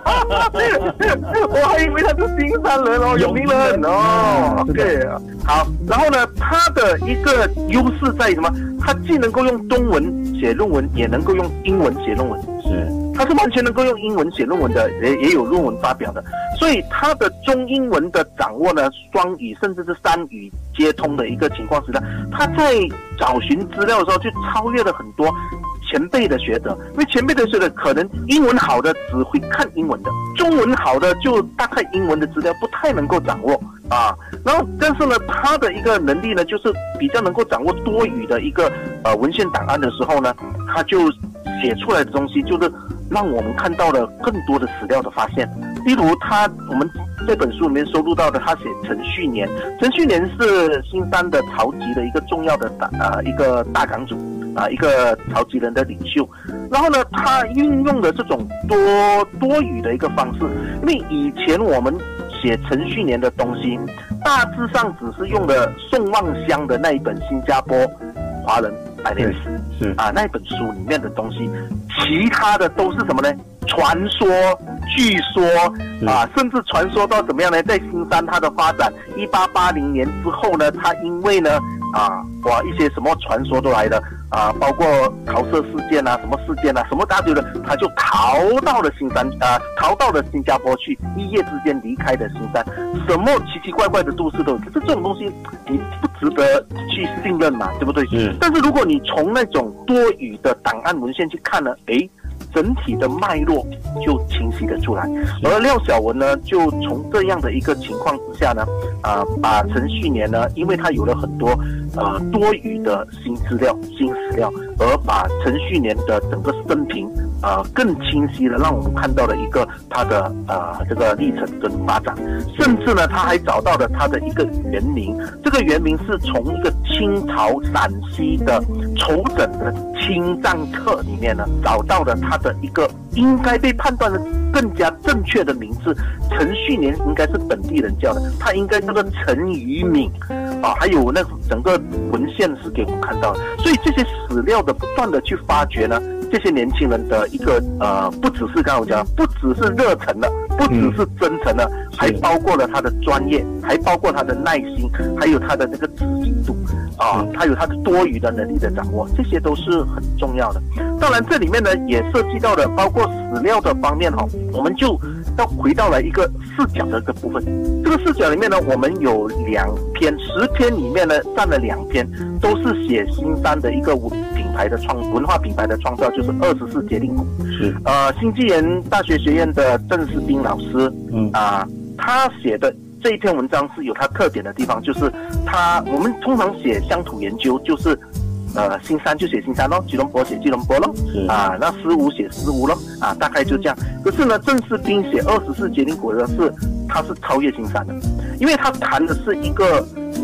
B: 我还以为他是新山人哦，永平人哦。对，好，然后呢，他的一个优势在于什么？他既能够用中文写论文，也能够用英文写论文。
A: 是。
B: 他是完全能够用英文写论文的，也有论文发表的，所以他的中英文的掌握呢，双语甚至是3语皆通的一个情况之下，他在找寻资料的时候就超越了很多前辈的学者，因为前辈的学者可能英文好的只会看英文的，中文好的就大概英文的资料不太能够掌握啊。然后但是呢，他的一个能力呢，就是比较能够掌握多语的一个文献档案的时候呢，他就写出来的东西就是让我们看到了更多的史料的发现。例如我们这本书里面收录到的，他写陈旭年是新山的潮籍的一个重要的一个大港主一个潮籍人的领袖。然后呢，他运用了这种多语的一个方式，因为以前我们写陈旭年的东西，大致上只是用了宋望乡的那一本新加坡华人百年史是那一本书里面的东西，其他的都是什么呢？传说、据说甚至传说到怎么样呢？在新山它的发展，1880年之后呢，它因为呢一些什么传说都来了包括桃色事件什么事件什么大堆的，他就逃到了逃到了新加坡去，一夜之间离开了新山，什么奇奇怪怪的都市都有。可是这种东西你不值得去信任嘛，对不对？但是如果你从那种多语的档案文献去看呢，整体的脉络就清晰的出来。而廖小文呢，就从这样的一个情况之下呢，把陈旭年呢，因为他有了很多多语的新史料，而把陈旭年的整个生平更清晰的让我们看到了一个他的这个历程跟发展，甚至呢，他还找到了他的一个原名，这个原名是从一个清朝陕西的筹整的清账册里面呢找到了他的一个应该被判断的更加正确的名字。陈旭年应该是本地人叫的，他应该叫做陈于敏还有那整个文献是给我们看到的。所以这些史料的不断的去发掘呢，这些年轻人的一个不只是刚才我讲，不只是热忱了，不只是真诚了，还包括了他的专业，还包括他的耐心，还有他的那个仔细度还有他的多语的能力的掌握，这些都是很重要的。当然这里面呢也涉及到了包括史料的方面我们就要回到了一个视角的一个部分。这个视角里面呢，我们有2篇，10篇里面呢占了2篇都是写新山的一个文化品牌的创造，就是24节令鼓。是新纪元大学学院的郑世斌老师他写的这一篇文章是有它特点的地方，就是我们通常写乡土研究就是新山就写新山咯，吉隆坡写吉隆坡咯那狮屋写狮屋咯大概就这样。可是呢，郑世斌写24节令鼓的他是超越新山的，因为他谈的是一个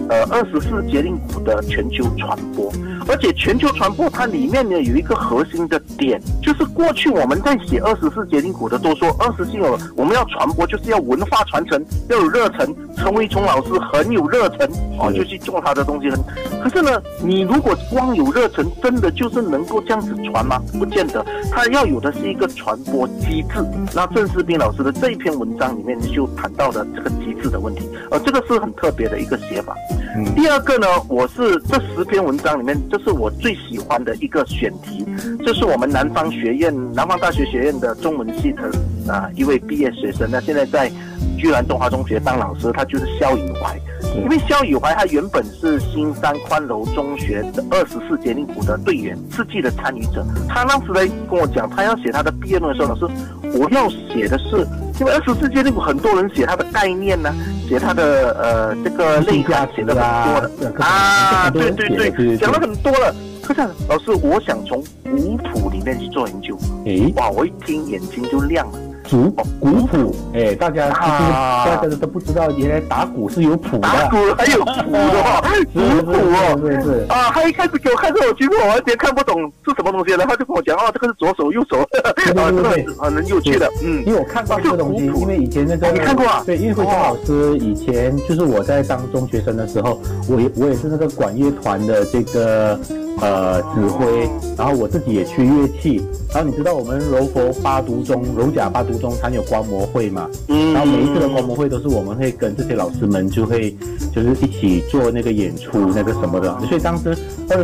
B: 24节令鼓的全球传播，而且全球传播它里面呢有一个核心的点，就是过去我们在写24节令鼓的都说24节令我们要传播就是要文化传承，要有热忱。陈维聪老师很有热忱就去做他的东西可是呢，你如果光有热忱，真的就是能够这样子传吗？不见得，他要有的是一个传播机制。那郑世斌老师的这一篇文章里面就谈到了这个机制的问题，这个是很特别的一个写法。第二个呢，我是这10篇文章里面，这是我最喜欢的一个选题，这是我们南方大学学院的中文系的一位毕业学生，那现在在居然中华中学当老师，他就是萧以怀。因为萧以怀他原本是新山宽柔中学的24节令鼓的队员，4季的参与者。他当时来跟我讲，他要写他的毕业论文的时候，老师，我要写的是，因为24节令鼓很多人写他的概念呢，写他的这个内涵写的很多的对，讲了很多了。可是老师，我想从古谱里面去做研究。哇，我一听眼睛就亮了。
A: 鼓谱，大家都不知道，原来打鼓是有谱的，
B: 打鼓还有谱的哦，鼓谱哦，
A: 是
B: 啊，他一开始给我看这种，其实我完全看不懂是什么东西，然后就跟我讲这个是左手右手，
A: 对，
B: 很有趣的，
A: 因为我看过这个东西，因为以前那个
B: 你看过啊？
A: 对，因为辉聪老师以前就是我在当中学生的时候，我也是那个管乐团的这个指挥，然后我自己也吹乐器，然后你知道我们柔甲八读中它有观摩会嘛，然后每一次的观摩会都是我们会跟这些老师们就是一起做那个演出那个什么的，所以当时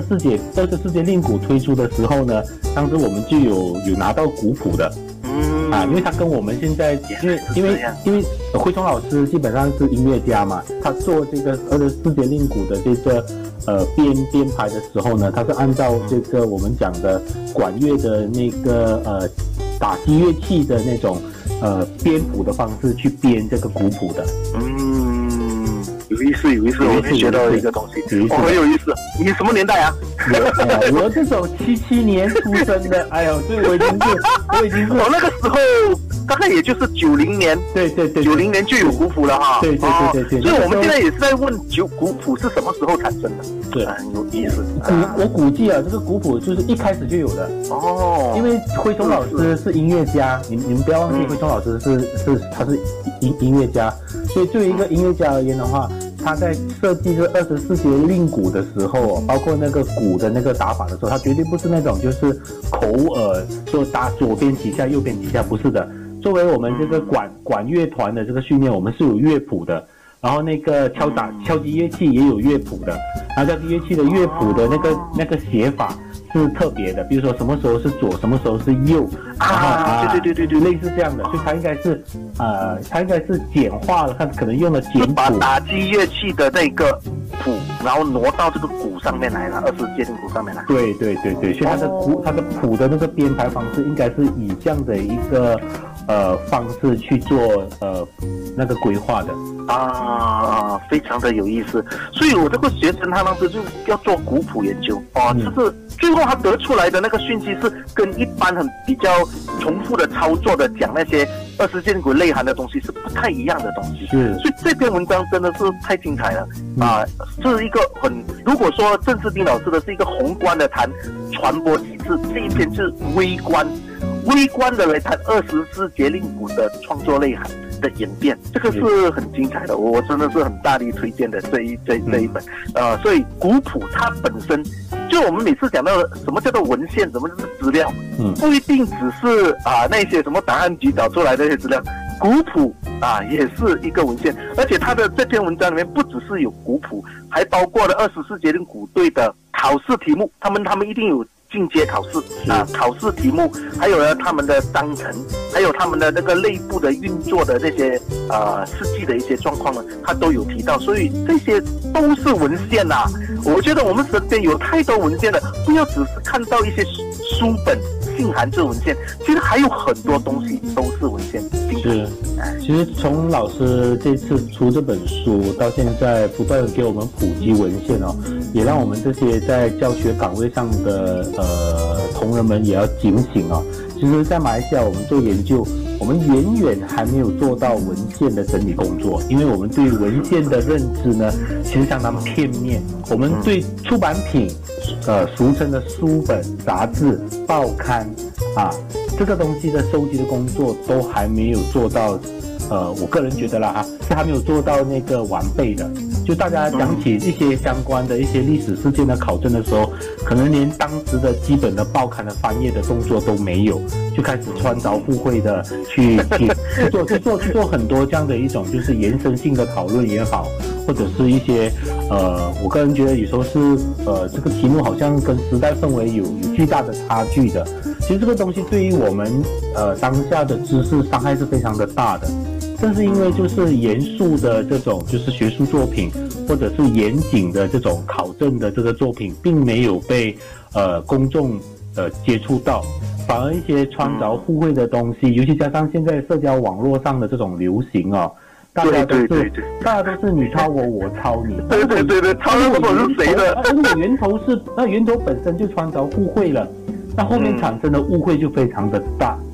A: 24节令鼓推出的时候呢，当时我们就有拿到鼓谱的。因为他跟我们现在，因为辉聪老师基本上是音乐家嘛，他做这个24节令鼓的这个编排的时候呢，他是按照这个我们讲的管乐的那个打击乐器的那种编谱的方式去编这个鼓谱的。
B: 有意思，我会学到一个东西，很有意思。你什么年代啊？
A: 我这种77年出生的，哎呦，对，我已经是
B: 那个时候大概也就是90年，
A: 对
B: ，90年就有鼓谱了哈。
A: 对，
B: 所以我们现在也是在问鼓谱是什么时候产生的？
A: 对，
B: 很有意思。
A: 我估计这个鼓谱就是一开始就有的哦，因为辉聪老师是音乐家，你们不要忘记辉聪老师他是音乐家，所以对于一个音乐家而言的话，他在设计这24节令鼓的时候包括那个鼓的那个打法的时候，他绝对不是那种就是口耳说打左边几下右边几下，不是的。作为我们这个管乐团的这个训练，我们是有乐谱的，然后那个敲击乐器也有乐谱的，然后敲击乐器的乐谱的那个写法是特别的，比如说什么时候是左，什么时候是右，对，类似这样的，所以它应该是简化了，它可能用了简谱，
B: 把打击乐器的那个谱，然后挪到这个鼓上面来了，24节令鼓上面来。
A: 对，所以它的谱的那个编排方式应该是以这样的一个方式去做那个规划的
B: 非常的有意思。所以我这个学生他当时就要做鼓谱研究就是最后他得出来的那个讯息是跟一般比较重复的操作的讲那些24节令鼓内涵的东西是不太一样的东西。所以这篇文章真的是太精彩了是一个如果说郑世斌老师的是一个宏观的谈传播体制，这一篇是微观的来谈24节令鼓的创作内涵的演变，这个是很精彩的，我真的是很大力推荐的这一本所以鼓谱它本身就我们每次讲到什么叫做文献，什么叫做资料，不一定只是那些什么档案局找出来的那些资料，鼓谱也是一个文献，而且它的这篇文章里面不只是有鼓谱，还包括了24节令鼓队的考试题目，他们一定有进阶考试考试题目，还有呢他们的章程，还有他们的那个内部的运作的那些实际的一些状况呢，他都有提到，所以这些都是文献我觉得我们身边有太多文献了，不要只是看到一些书本信函这文献，其实还有很多东西都是文献。
A: 其实从老师这次出这本书到现在不断给我们普及文献也让我们这些在教学岗位上的同仁们也要警醒其实在马来西亚我们做研究，我们远远还没有做到文献的整理工作，因为我们对文献的认知呢其实相当片面，我们对出版品俗称的书本、杂志、报刊这个东西的收集的工作都还没有做到我个人觉得啦是还没有做到那个完备的。就大家讲起一些相关的一些历史事件的考证的时候，可能连当时的基本的报刊的翻页的动作都没有，就开始穿凿附会的去做很多这样的一种就是延伸性的讨论也好，或者是一些我个人觉得有时候是这个题目好像跟时代氛围有巨大的差距的。其实这个东西对于我们当下的知识伤害是非常的大的。正是因为就是严肃的这种就是学术作品，或者是严谨的这种考证的这个作品，并没有被公众接触到，反而一些穿凿附会的东西，尤其加上现在社交网络上的这种流行大家都是你抄我，我抄你。
B: 对，抄我是谁的？
A: 源头本身就穿凿附会了，那后面产生的误会就非常的大。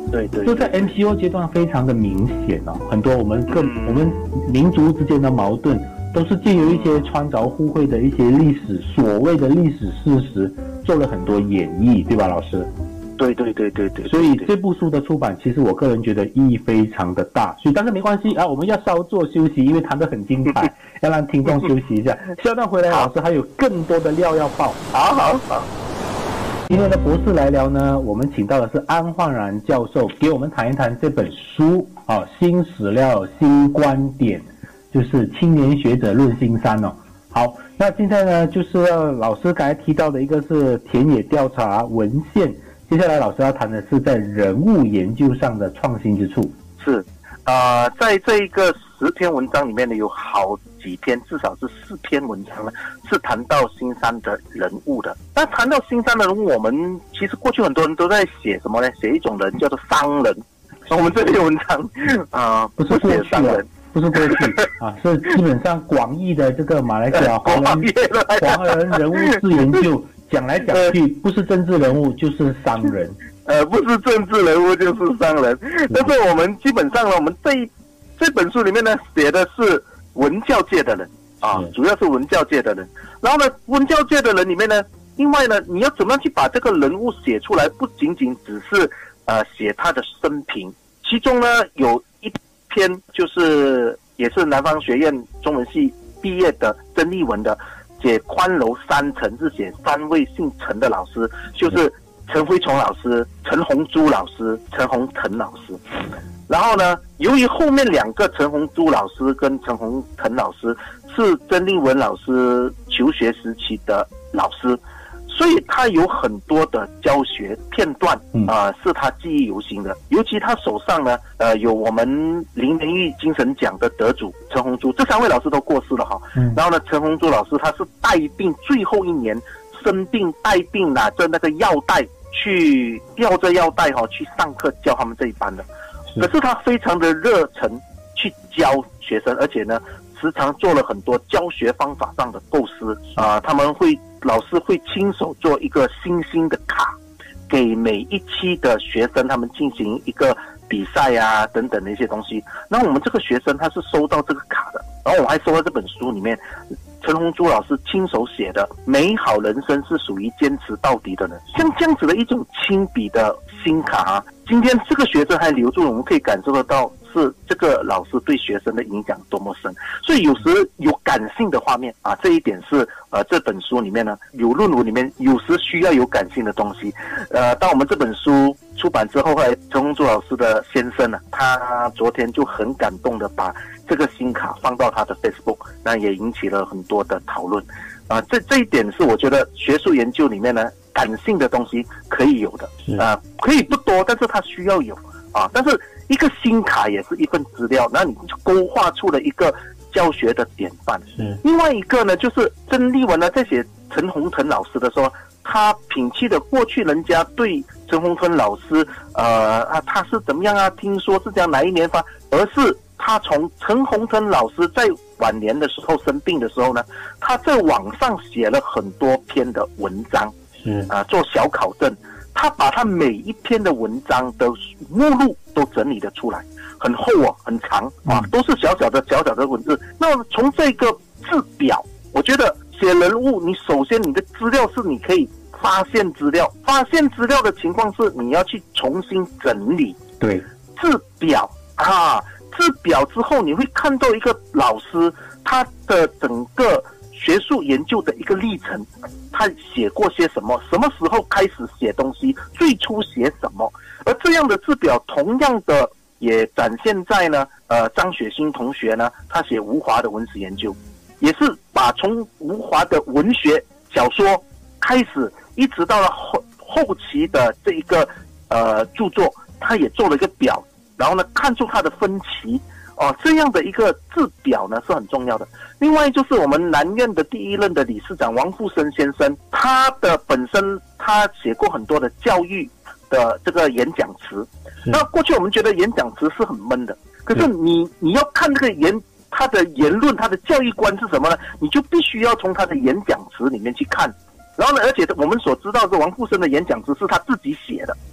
B: 对对，
A: 就在 MCO 阶段非常的明显哦，很多我们民族之间的矛盾，都是借由一些穿凿附会的一些所谓的历史事实，做了很多演绎，对吧，老师？
B: 对。
A: 所以这部书的出版，其实我个人觉得意义非常的大。所以，但是没关系啊，我们要稍作休息，因为谈得很精彩，要让听众休息一下。下段回来，老师还有更多的料要爆。
B: 好。
A: 今天的博士来聊呢，我们请到的是安焕然教授，给我们谈一谈这本书啊，新史料、新观点，就是青年学者论新三哦。好，那现在呢，就是老师刚才提到的一个是田野调查文献。接下来老师要谈的是在人物研究上的创新之处。
B: 是，在这一个10篇文章里面呢，有好几篇，至少是4篇文章呢，是谈到新三的人物的。那谈到新三的人物，我们其实过去很多人都在写什么呢？写一种人叫做商人。我们这篇文章
A: 不是写商人。不是过去啊，是基本上广义的这个马来西亚华人人物志研究，讲来讲去不是政治人物就是商人，
B: 不是政治人物就是商人。但是我们基本上呢，我们这本书里面呢，写的是文教界的人啊，主要是文教界的人。然后呢，文教界的人里面呢，另外呢，你要怎么样去把这个人物写出来？不仅仅只是写他的生平，其中呢有一篇就是也是南方学院中文系毕业的曾丽文的，写宽楼3层，是写3位姓陈的老师，就是陈辉崇老师、陈红珠老师、陈宏腾老师。然后呢，由于后面2个陈红珠老师跟陈宏腾老师是曾丽文老师求学时期的老师，所以他有很多的教学片段是他记忆犹新的。尤其他手上呢有我们林元玉精神奖的得主陈红珠，这3位老师都过世了哈。然后呢，陈红珠老师他是带病最后1年生病带病，拿着那个药袋去吊着药袋去上课教他们这一班的。可是他非常的热忱去教学生，而且呢时常做了很多教学方法上的构思老师会亲手做一个星的卡，给每一期的学生他们进行一个比赛啊等等的一些东西。然后我们这个学生他是收到这个卡的，然后我还收到这本书里面陈红珠老师亲手写的美好人生是属于坚持到底的人，像这样子的一种亲笔的新卡今天这个学生还留住了，我们可以感受得到是这个老师对学生的影响多么深。所以有时有感性的画面这一点是这本书里面呢，有论文里面有时需要有感性的东西。当我们这本书出版之后，后来陈红珠老师的先生呢，他昨天就很感动的把这个新卡放到他的 Facebook， 那也引起了很多的讨论。这一点是我觉得学术研究里面呢，感性的东西可以有的，可以不多，但是它需要有但是一个新卡也是一份资料，那你就勾画出了一个教学的典范。另外一个呢，就是曾丽文呢在写陈宏腾老师的时候，他摒弃了过去人家对陈宏腾老师他是怎么样听说是这样哪一年发，而是他从陈宏腾老师在晚年的时候生病的时候呢，他在网上写了很多篇的文章，做小考证。他把他每一篇的文章的目录都整理了出来，很厚很长都是小小的文字。那从这个字表，我觉得写人物，你首先你的资料是你可以发现资料的情况是你要去重新整理。
A: 对，
B: 字表字表之后，你会看到一个老师他的整个学术研究的一个历程，他写过些什么，什么时候开始写东西，最初写什么。而这样的字表同样的也展现在呢张雪欣同学呢，他写吴华的文史研究，也是把从吴华的文学小说开始，一直到了后期的这一个著作，他也做了一个表，然后呢看出他的分歧这样的一个字表呢是很重要的。另外就是我们南院的第1任的理事长王富生先生，他的本身他写过很多的教育的这个演讲词。那过去我们觉得演讲词是很闷的，可是你要看这个他的言论，他的教育观是什么呢？你就必须要从他的演讲词里面去看。然后呢，而且我们所知道的王富生的演讲词是他自己写的，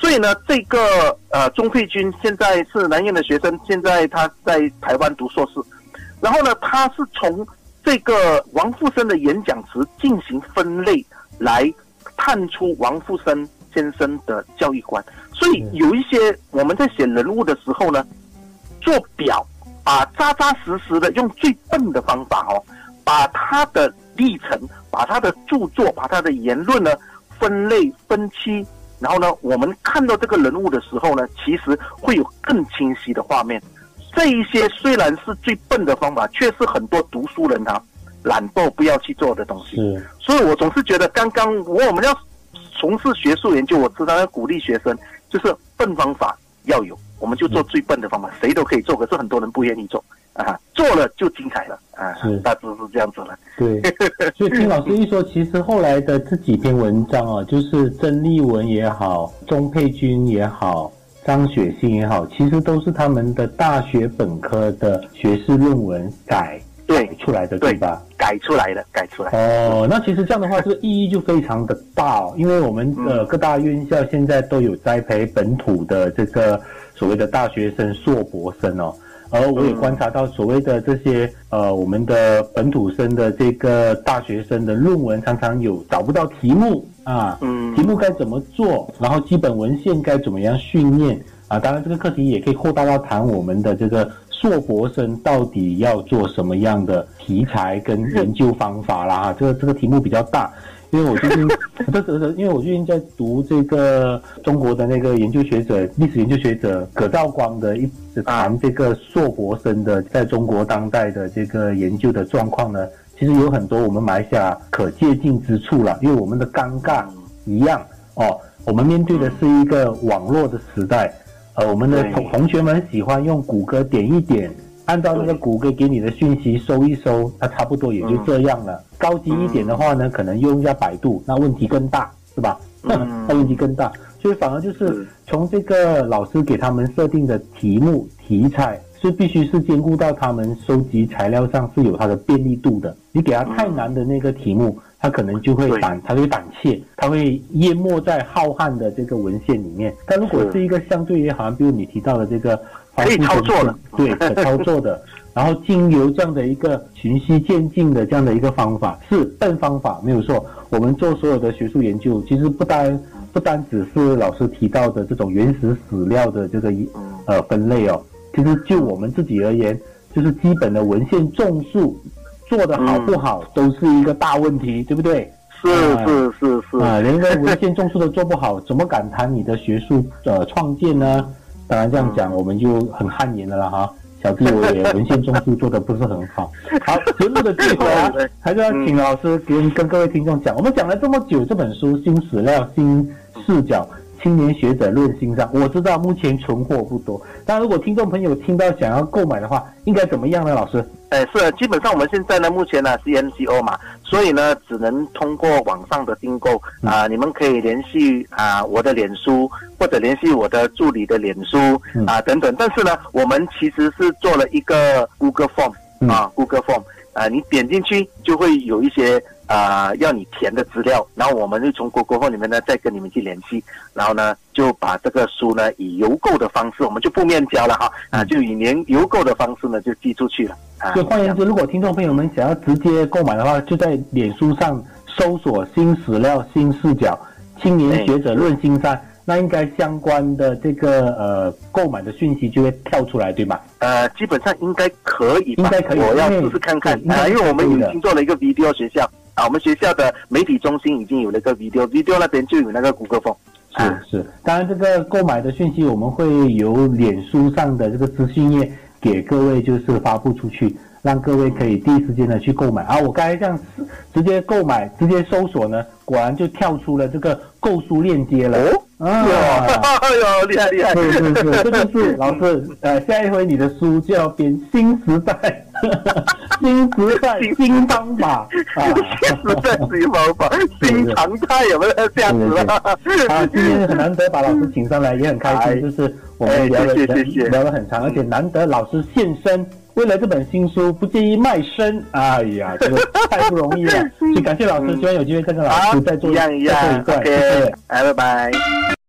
B: 所以呢，这个钟佩君现在是南院的学生，现在他在台湾读硕士，然后呢，他是从这个王富生的演讲词进行分类来探出王富生先生的教育观。所以有一些我们在写人物的时候呢，做表，把扎扎实实的用最笨的方法把他的历程，把他的著作，把他的言论呢分类分期，然后呢，我们看到这个人物的时候呢，其实会有更清晰的画面。这一些虽然是最笨的方法，却是很多读书人懒惰不要去做的东西。所以我总是觉得，刚刚我们要从事学术研究，我知道要鼓励学生，就是笨方法要有，我们就做最笨的方法，谁都可以做，可是很多人不愿意做做了就精彩了大致是这样子了。
A: 对，所以听老师一说，其实后来的这几篇文章就是曾丽文也好，钟佩君也好，张雪欣也好，其实都是他们的大学本科的学士论文改出来的，对吧？
B: 改出来的。
A: 那其实这样的话，这个意义就非常的大因为我们各大院校现在都有栽培本土的这个所谓的大学生、硕博生而我也观察到所谓的这些我们的本土生的这个大学生的论文常常有找不到题目题目该怎么做，然后基本文献该怎么样训练当然这个课题也可以扩大到谈我们的这个硕博生到底要做什么样的题材跟研究方法啦这个题目比较大。因为我最近在读这个中国的那个历史研究学者葛兆光的一直谈这个硕博生的在中国当代的这个研究的状况呢，其实有很多我们马来西亚可借鉴之处啦，因为我们的尴尬一样我们面对的是一个网络的时代，我们的同学们喜欢用谷歌点一点，按照那个谷歌给你的讯息搜一搜，它差不多也就这样了。高级一点的话呢，可能用一下百度，那问题更大，是吧？那问题更大，所以反而就是从这个老师给他们设定的题目题材，是必须是兼顾到他们收集材料上是有它的便利度的。你给他太难的那个题目，他可能就会胆怯，他会淹没在浩瀚的这个文献里面。但如果是一个相对于好像比如你提到的这个
B: 可以操作的，
A: 对，可操作的，然后经由这样的一个循序渐进的这样的一个方法，是笨方法没有错。我们做所有的学术研究，其实不单只是老师提到的这种原始史料的这个分类其实就我们自己而言，就是基本的文献种树做得好不好，都是一个大问题，对不对？
B: 是
A: 连个文献种树都做不好，怎么敢谈你的学术创建呢？当然这样讲我们就很汗颜了啦小弟我也文献种树做得不是很好。好，节目的最后还是要请老师跟各位听众讲，我们讲了这么久这本书《新史料新视角青年学者论新上》，我知道目前存货不多，但如果听众朋友听到想要购买的话，应该怎么样呢？老师？
B: 是基本上我们现在呢，目前呢是 MCO 嘛，所以呢只能通过网上的订购你们可以联系我的脸书，或者联系我的助理的脸书等等。但是呢，我们其实是做了一个 Google Form Google Form 你点进去就会有一些要你填的资料，然后我们就从 Google Form 里面呢再跟你们去联系，然后呢就把这个书呢以邮购的方式，我们就不面交了就以邮购的方式呢就寄出去了
A: 就换言之，如果听众朋友们想要直接购买的话，就在脸书上搜索新史料新视角青年学者论新上，那应该相关的这个购买的讯息就会跳出来，对吧？
B: 基本上应该可以吧，
A: 应该可以，
B: 我要试试看看因为我们已经做了一个 video 学校我们学校的媒体中心已经有了一个 video 那边就有那个 Google Form。
A: 是，当然这个购买的讯息我们会由脸书上的这个资讯页给各位就是发布出去，让各位可以第一时间的去购买我刚才这样直接购买直接搜索呢，果然就跳出了这个购书链接了
B: 厉害
A: 是，这就是老师下一回你的书就要编新时代新时代新方法
B: 新时代新方法新常态，有没有这样子了？
A: 今天很难得把老师请上来，也很开心就是我们聊了很长，而且难得老师现身，为了这本新书不介意卖身，哎呀，这个太不容易了。所以感谢老师，希望有机会再跟老师再做一段。
B: OK，拜拜。